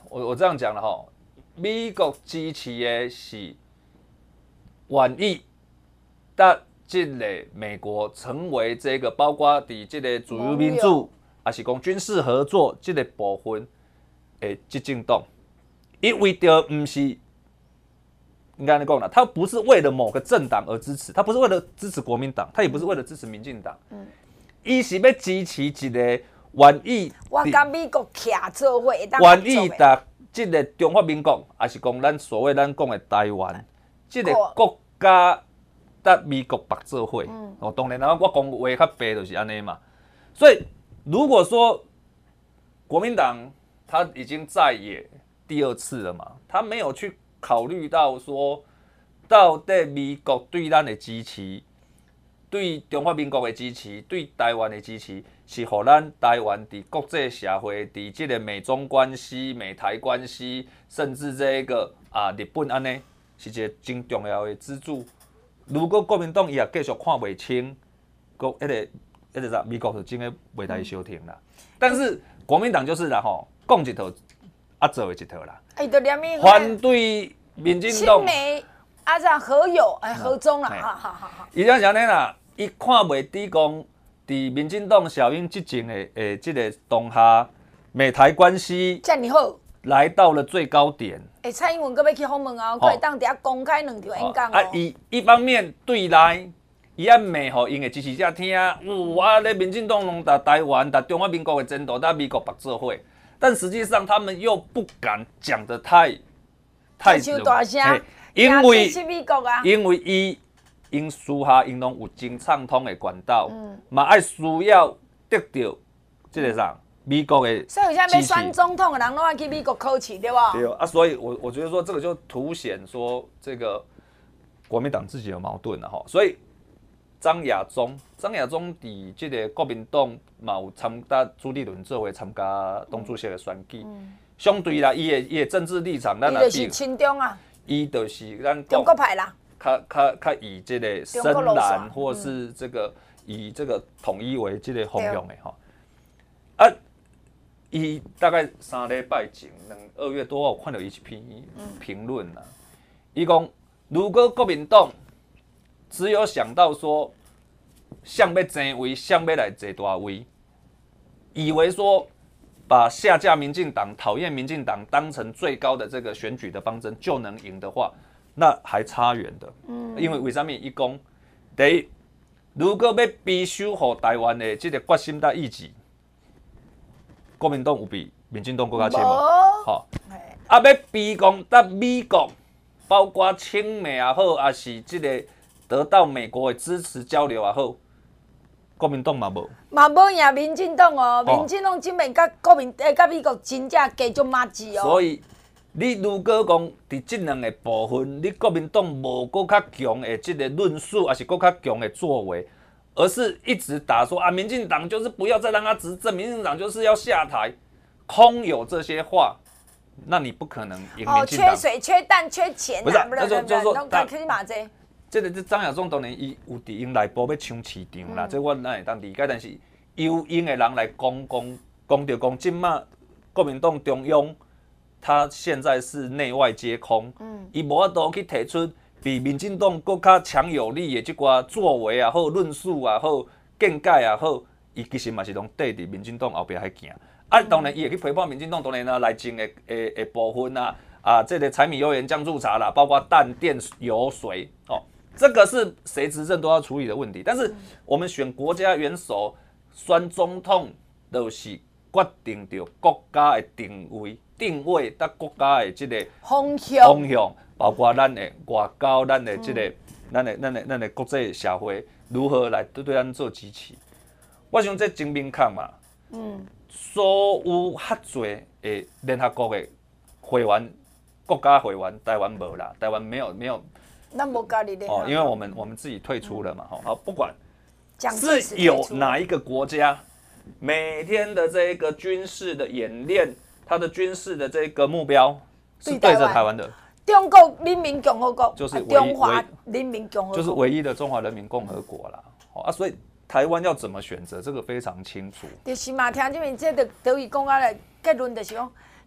S3: 我这样讲了哈，美国支持的是愿意，但这个美国成为这个包括伫这个自由民主，还是讲军事合作这个部分的执政党，伊为着不是应该讲啦，他不是为了某个政党而支持，他不是为了支持国民党，他也不是为了支持民进党，伊是要支持一个愿意，
S4: 我甲美国徛做伙，
S3: 愿意达这个中华民国，还是讲咱所谓咱讲的台湾，这个国家。搭美国白做伙，当然啦，我讲话较白就是安尼嘛。所以如果说国民党他已经在野第2次了嘛，他没有去考虑到说，到底美国对咱的支持，对中华民国的支持，对台湾的支持，是互咱台湾伫国际社会，伫这个美中关系、美台关系，甚至这个日本安尼，是一个真重要的支柱。如果国民党伊也继续看袂清，国迄个啥美国就真个袂来消停啦。但是国民党就是啦吼，讲一套，做一套啦。反对民进党。
S4: 亲美啥和友和中啦，好。
S3: 伊像安尼啦，伊看袂低讲，伫民进党小英执政的这个当下，美台关系
S4: 遮尔好。
S3: 来到了最高点。
S4: 蔡英文搁要去访问啊，可以当伫遐公开2场演讲哦。
S3: 伊一方面对内，伊啊骂互因的支持者听，咧民进党拢打台湾、打中华民国的前途，打美国白做伙，但实际上他们又不敢讲得太
S4: 大声，
S3: 因为
S4: 美国啊，
S3: 因为因私下因拢有真畅通的管道，嘛爱需要得到这个啥？美国的，
S4: 所以有些要选总统的人拢要去美国考试，对吧？
S3: 对啊，所以我觉得说这个就凸显说这个国民党自己的矛盾了哈。所以张亚中伫这个国民党嘛有参加朱立伦做为参加党主席的选举，相对啦，伊的政治立场，咱
S4: 就是亲中啊，
S3: 伊就是咱
S4: 中国派啦，
S3: 较以这个深蓝或是这个以这个统一为这个方向的哈。啊。伊大概3礼拜前，2月多，我看到伊一篇评论啦。伊讲，如果国民党只有想到说，想要争位，想要来坐大位，以为说把下架民进党、讨厌民进党当成最高的这个选举的方针就能赢的话，那还差远的。因为为什么？伊讲，第一，如果要必须和台湾的这个决心甲意志。国民党有比民进党更加深无？好，要逼讲到美国，包括亲美也好，还是这个得到美国的支持交流也好，国民党嘛无。
S4: 嘛无赢民进党哦，民进党真面甲甲美国真正加足麻吉哦。
S3: 所以你如果讲伫这2个部分，你国民党无更较强的这个论述，还是更较强的作为。而是一直打说民进党就是不要再让他执政，民进党就是要下台，空有这些话，那你不可能赢民进党。
S4: 缺水、缺蛋、缺钱，
S3: 不是，就是说，
S4: 这
S3: 张亚中当然伊有伫因内部要抢市场啦，这我咱会当理解，但是有因的人来讲着讲，今嘛国民党中央，他现在是内外皆空，伊无法度去提出。比民进党更较强有力的这寡作为也好、论述也好、见解也好，伊其实嘛是拢缀伫民进党后壁遐行。当然伊会去批判民进党，当然啦，内政的部分啊，这个柴米油盐酱醋茶啦，包括蛋、电、油、水，这个是谁执政都要处理的问题。但是我们选国家元首、选总统，就是决定着国家的定位，甲国家的这个
S4: 方向。
S3: 包括咱的外交，咱的这个，咱的国际社会如何来对咱做支持？我想这真明确嘛。所有较侪的联合国的会员、国家会员，台湾无啦，台湾没有。
S4: 咱无加入联合国。
S3: 因为我们自己退出了嘛，好，不管是有哪一个国家每天的这个军事的演练，它的军事的这个目标是对着台湾的。
S4: 中国人民共和国
S3: 就是
S4: 中华人民共和国，
S3: 就是唯一的中华人民共和国啦。所以台湾要怎么选择，这个非常清楚。
S4: 就是嘛，听这边这德语讲啊，结论就是讲，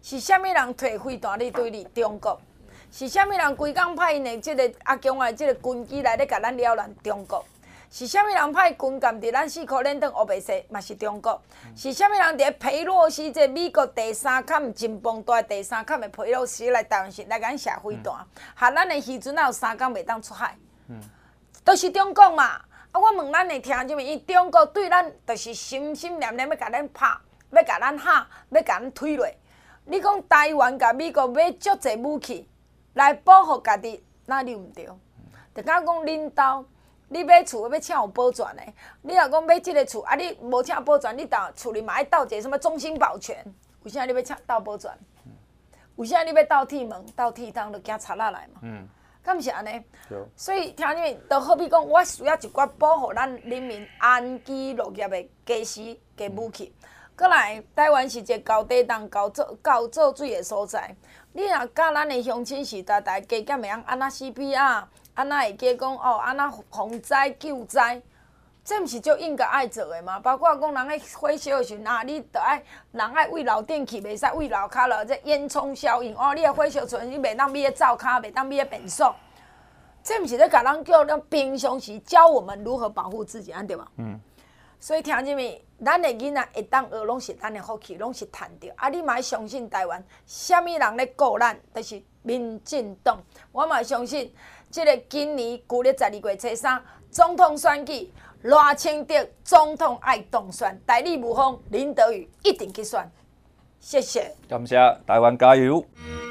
S4: 是啥物人摕飞弹咧对你中国？是啥物人规工派因的即个阿强的即个军机来咧甲咱扰乱中国？是啥物人派军舰伫咱4块链顶乌白色，嘛是中国？是啥物人伫佩洛西即美国第三坎真邦大第三坎的佩洛西来台湾时来甲咱射飞弹，害咱的渔船也有3工袂当出海，都是中国嘛。啊，我问咱的听众们，因中国对咱就是心心念念要甲咱拍，要甲咱吓，要甲咱推落。你讲台湾甲美国买足侪武器来保护家己，哪里毋对？就敢讲恁兜。你买厝要请有保全的，你若讲买即个厝，啊你无请保全，你厝里嘛爱斗一个什么中兴保全？为啥你要请斗保全？为啥你要斗铁门、斗铁窗，就惊贼仔来嘛？敢毋是安尼？所以听你们，就好比讲，我需要一寡保护咱人民安居乐业的家私、家武器。过来，台湾是一个高地动、高造水的所在。你若甲咱的乡亲时代加减会晓安那 CPR。安那会记讲哦，安那防灾救灾，这毋是足应该爱做的吗？包括讲人咧火烧的时阵，你着爱人爱为楼顶去，袂使为楼骹落，这烟囱效应哦。你咧火烧时阵，你袂当灭灶骹，袂当灭便所，这毋是咧甲咱叫咱平常时教我们如何保护自己，安对吗？所以听见没？咱的囡仔会当学，拢是咱的福气，拢是赚着。啊，你嘛要相信台湾，啥物人咧顾咱，就是民进党。我嘛相信。即个今年旧历12月初3，总统选举，赖清德总统爱当选，代理无方林德宇一定去选。谢谢，
S3: 感谢台湾加油！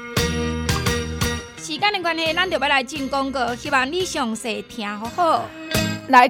S2: 时间的关系，咱就要来进广告，希望你详细听好好。来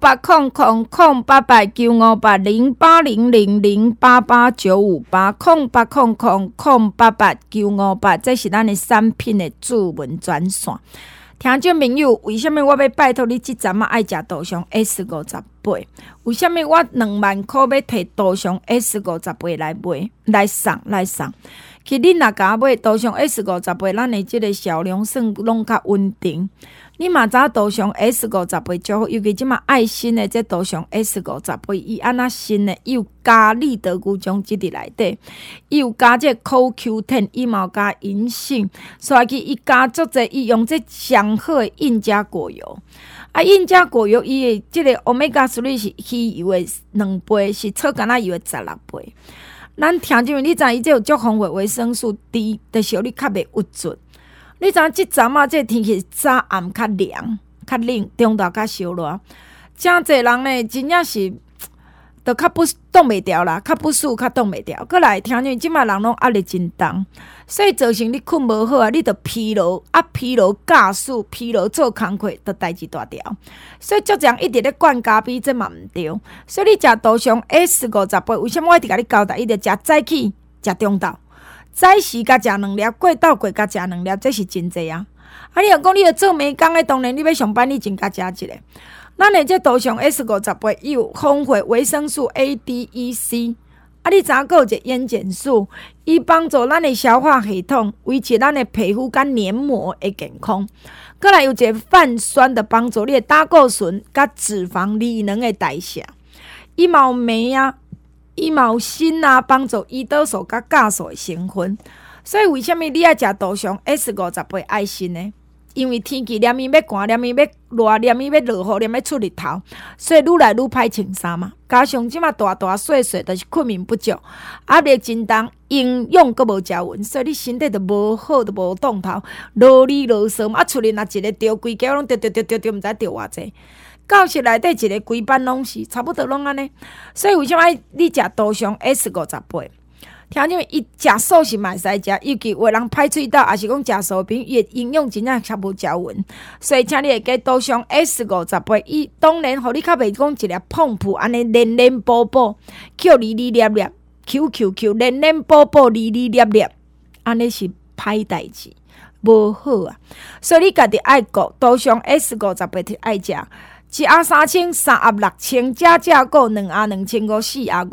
S2: 0800-088-958，0800-088-958，这是咱的产品的主文专线。听众朋友，为什么我要拜托你即阵爱食杜尚 S58？为什么我2万块要摕杜尚 S58来买来送？其实你若甲我买杜尚 S58，咱的即个销量算拢较稳定。你嘛知杜尚 S58就好，尤其即马爱新的这杜尚 S58，伊安那新的，伊有加利得菇浆质伫内底，伊有加这口 Q10，伊嘛有加银杏，所以伊加足侪，伊用这上好的印加果油。啊，印加果油伊的即个 Omega 3是鱼油的2倍，是草橄榄油的16倍。咱听众，你知伊这有足丰富维生素 D， 就是你较袂郁卒。你知影即阵啊，这天气早暗较凉、较冷，中昼较烧热，真侪人呢，真正是都较不挡袂牢啦，较不舒较挡袂牢。过来听见即摆人拢压力真重，所以造成你困无好啊，你着疲劳啊，疲劳驾驶、疲劳做工课，着代志大条。所以足人一直咧灌咖啡，这嘛毋对。所以你食杜尚 S58，为什么我一直甲你交代，伊着食早起、食中昼。早时甲食2粒，过昼过甲食2粒，这是真济啊！啊，你若讲你要做美工的，当然你要上班，你真甲食一个。咱的这杜尚 S58，伊有丰富维生素 A、D、E、C， 啊，你知影还有一个烟碱素，伊帮助咱的消化系统，维持咱的皮肤甲黏膜的健康。过来有一个泛酸的帮助，你的胆固醇甲脂肪利能的代谢。伊嘛有镁啊。伊嘛有锌啊，帮助胰岛素甲酵素的成分。所以为什么你爱食杜尚 S58爱锌呢？因为天气连伊要寒，连伊要热，连伊要落雨，连要出日头，所以愈来愈歹穿衫嘛。加上即马大细细，就是困眠不足，压力真重，营养阁无食匀，所以你身体就无好，就无动头，啰里啰嗦嘛。啊，厝里若一个着规家拢着，毋知着偌济。教室内底一个规班拢是，差不多拢安尼。所以为什么你食杜尚 S58？听你们，伊食素食嘛会使食，尤其有人歹喙道，也是讲食素品，伊的营养真正较无食匀。所以请你会记杜尚 S58，伊当然互你较袂讲一粒碰扑安尼黏黏补补，Q 哩哩粒粒 ，QQQ 黏黏补补哩哩粒粒，安尼是歹代志，无好啊。所以你家己爱顾杜尚 S58爱食。1盒3000，3盒6000，加购2盒2500，4盒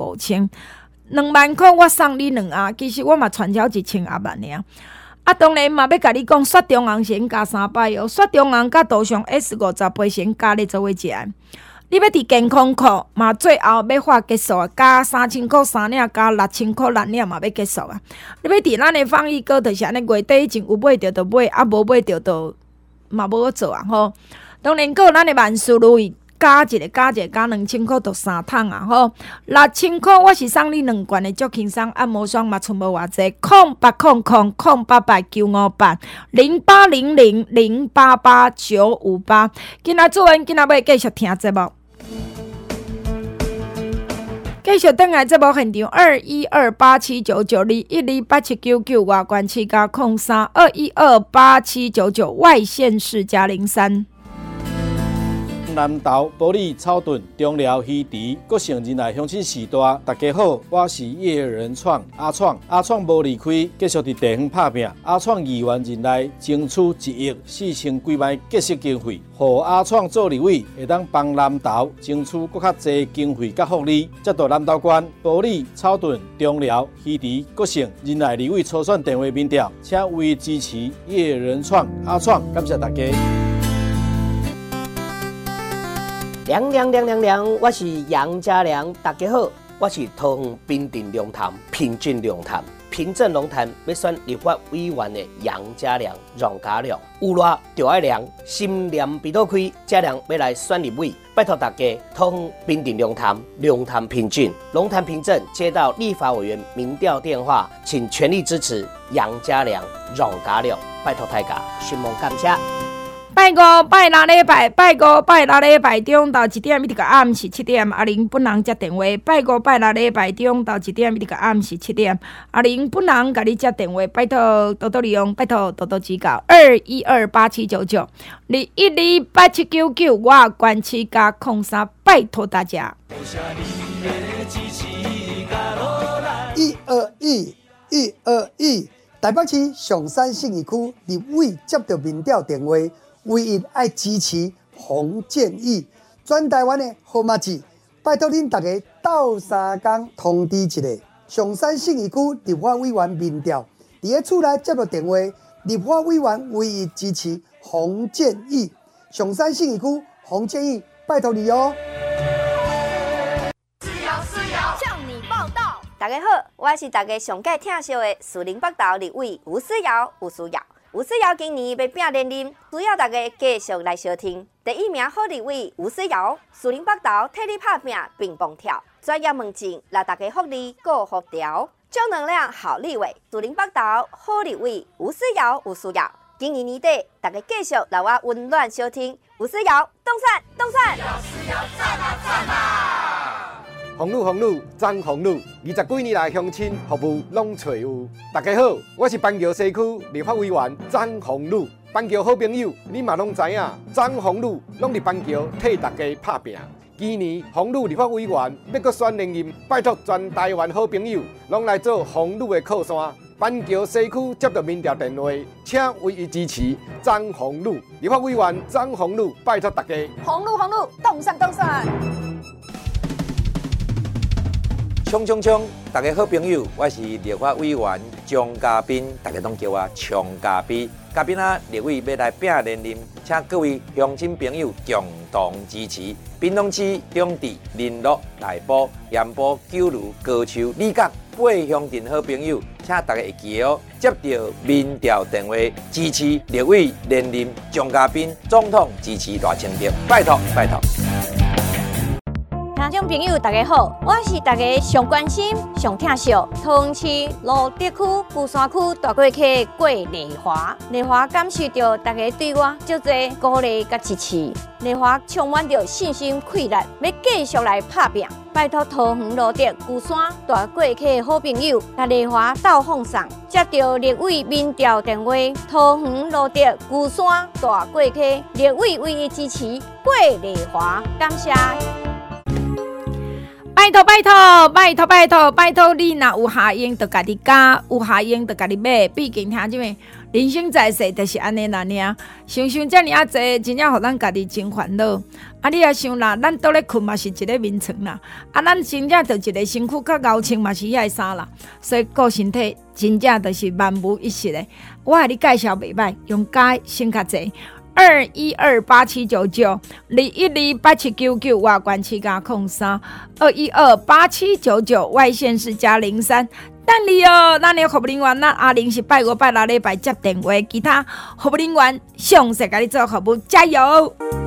S2: 5000，2万块我送你2盒，其实我嘛传销1000盒万尔。啊，当然嘛要甲你讲，雪中红先加300哦，雪中红甲杜尚 S58先加咧做伙食。 你要伫健康裤嘛，最后要发结束啊，加3000块3领，加6000块6领嘛要结束啊。你要伫咱的放映阁，就是安尼月底以前有买着就买，啊无买着就嘛无好做啊吼。当然，还有咱的万事如意。加一个加2000块，就3桶啊吼！6000块我是送你2罐的足轻松按摩霜嘛，剩无偌济。0800088958，今仔主人今仔要继续听节目，继续等来节目现场212879921287999外关7加0321287799外县市加03。
S7: 南投、埔里、草屯、中寮、鱼池、各省人来乡亲时代，大家好，我是叶人创阿创。阿创无离开，继续伫地方拍拼。阿创议员人来争取1亿4000几万建设经费，互阿创做立委，会当帮南投争取搁较侪经费甲福利。接到南投县、埔里、草屯、中寮、鱼池、各省人来立委初选电话民调，请为支持叶人创阿创，感谢大家。
S5: 凉，我是杨家良，大家好，我是桃园平镇龙潭平镇龙潭要选立法委员的杨家良、杨家良，有热就爱凉，心念鼻倒开，家良要来选立委，拜托大家，桃园平镇龙潭平镇接到立法委员民调电话，请全力支持杨家良、杨家良，拜托大家，询问感谢。
S2: 拜5拜6礼拜中到1点一直到暗时7点，阿玲本人接电话。拜5拜6礼拜中到1点一直到暗时7点，阿玲本人甲你接电话，拜托多多利用，拜托多多指教。212879921287999外关7加03，拜托大家。
S6: 121台北市上山信义区立委接到民调电话。唯一爱支持洪建义，全台湾的号码字，拜托恁大家斗3天通知一下。上山信义区立法委员民调，伫个厝内接到电话，立法委员唯一支持洪建义。上山信义区洪建义，拜托你哦。
S8: 向你报道。大家好，我是大家上届听惜的士林北投立委吴思瑶。吴思瑶今年要拼连任，需要大家继续来收听。第1名好立委吴思瑶，士林北投替你拍拼并蹦跳，专业问政，让大家福利过福调，正能量好立委，士林北投好立委吴思瑶。今年年底，大家继续让我温暖收听吴思瑶动散。
S9: 红路张红路，20几年来乡亲服务拢找有。大家好，我是板桥西区立法委员张红路。板桥好朋友，你嘛拢知影，张红路拢伫板桥替大家拍拼。今年红路立法委员要搁选连任，拜托全台湾好朋友拢来做红路的靠山。板桥西区接到民调电话，请唯一支持张红路立法委员张红路，拜托大家。
S4: 红路动散。
S10: 冲！大家好朋友，我是立法委员张嘉宾，大家拢叫我冲嘉宾。嘉宾啊，立委要来拼连任，请各位乡亲朋友共同支持。屏东市中治、林乐、内埔、盐埔、九如、高树、李角8乡镇好朋友，请大家会记得哦，接到民调电话支持立委连任张嘉宾总统支持大清点，拜托。
S8: 听众朋友，大家好，我是大家上关心、上听惜桃园市罗德区鼓山区大过客郭丽华。丽华感受到大家对我足侪鼓励甲支持，丽华充满着信心气力，要继续来拍拼。拜托桃园罗德鼓山大过客好朋友，甲丽华斗奉送，接到立委民调电话，桃园罗德鼓山大过客立委唯一支持郭丽华，感谢。
S2: 拜托！你若有下用，就家己加；有下用，就家己买。毕竟听姐妹，人生在世，就是安尼啦尔。想遮尔啊济，真正互咱家己真烦恼。啊，你也想啦，咱倒咧困嘛是一个眠床啦。啊，咱真正就一个身躯较熬穿嘛是遐衫啦。所以顾身体真正就是万无一失的。我甲你介绍袂歹，用加省较济。 2128799，2128799外关市加03，2128799外县市加03。等你哦，咱的服务人员，咱阿玲是拜5拜6礼拜接电话，其他服务人员详细甲你做服务，加油！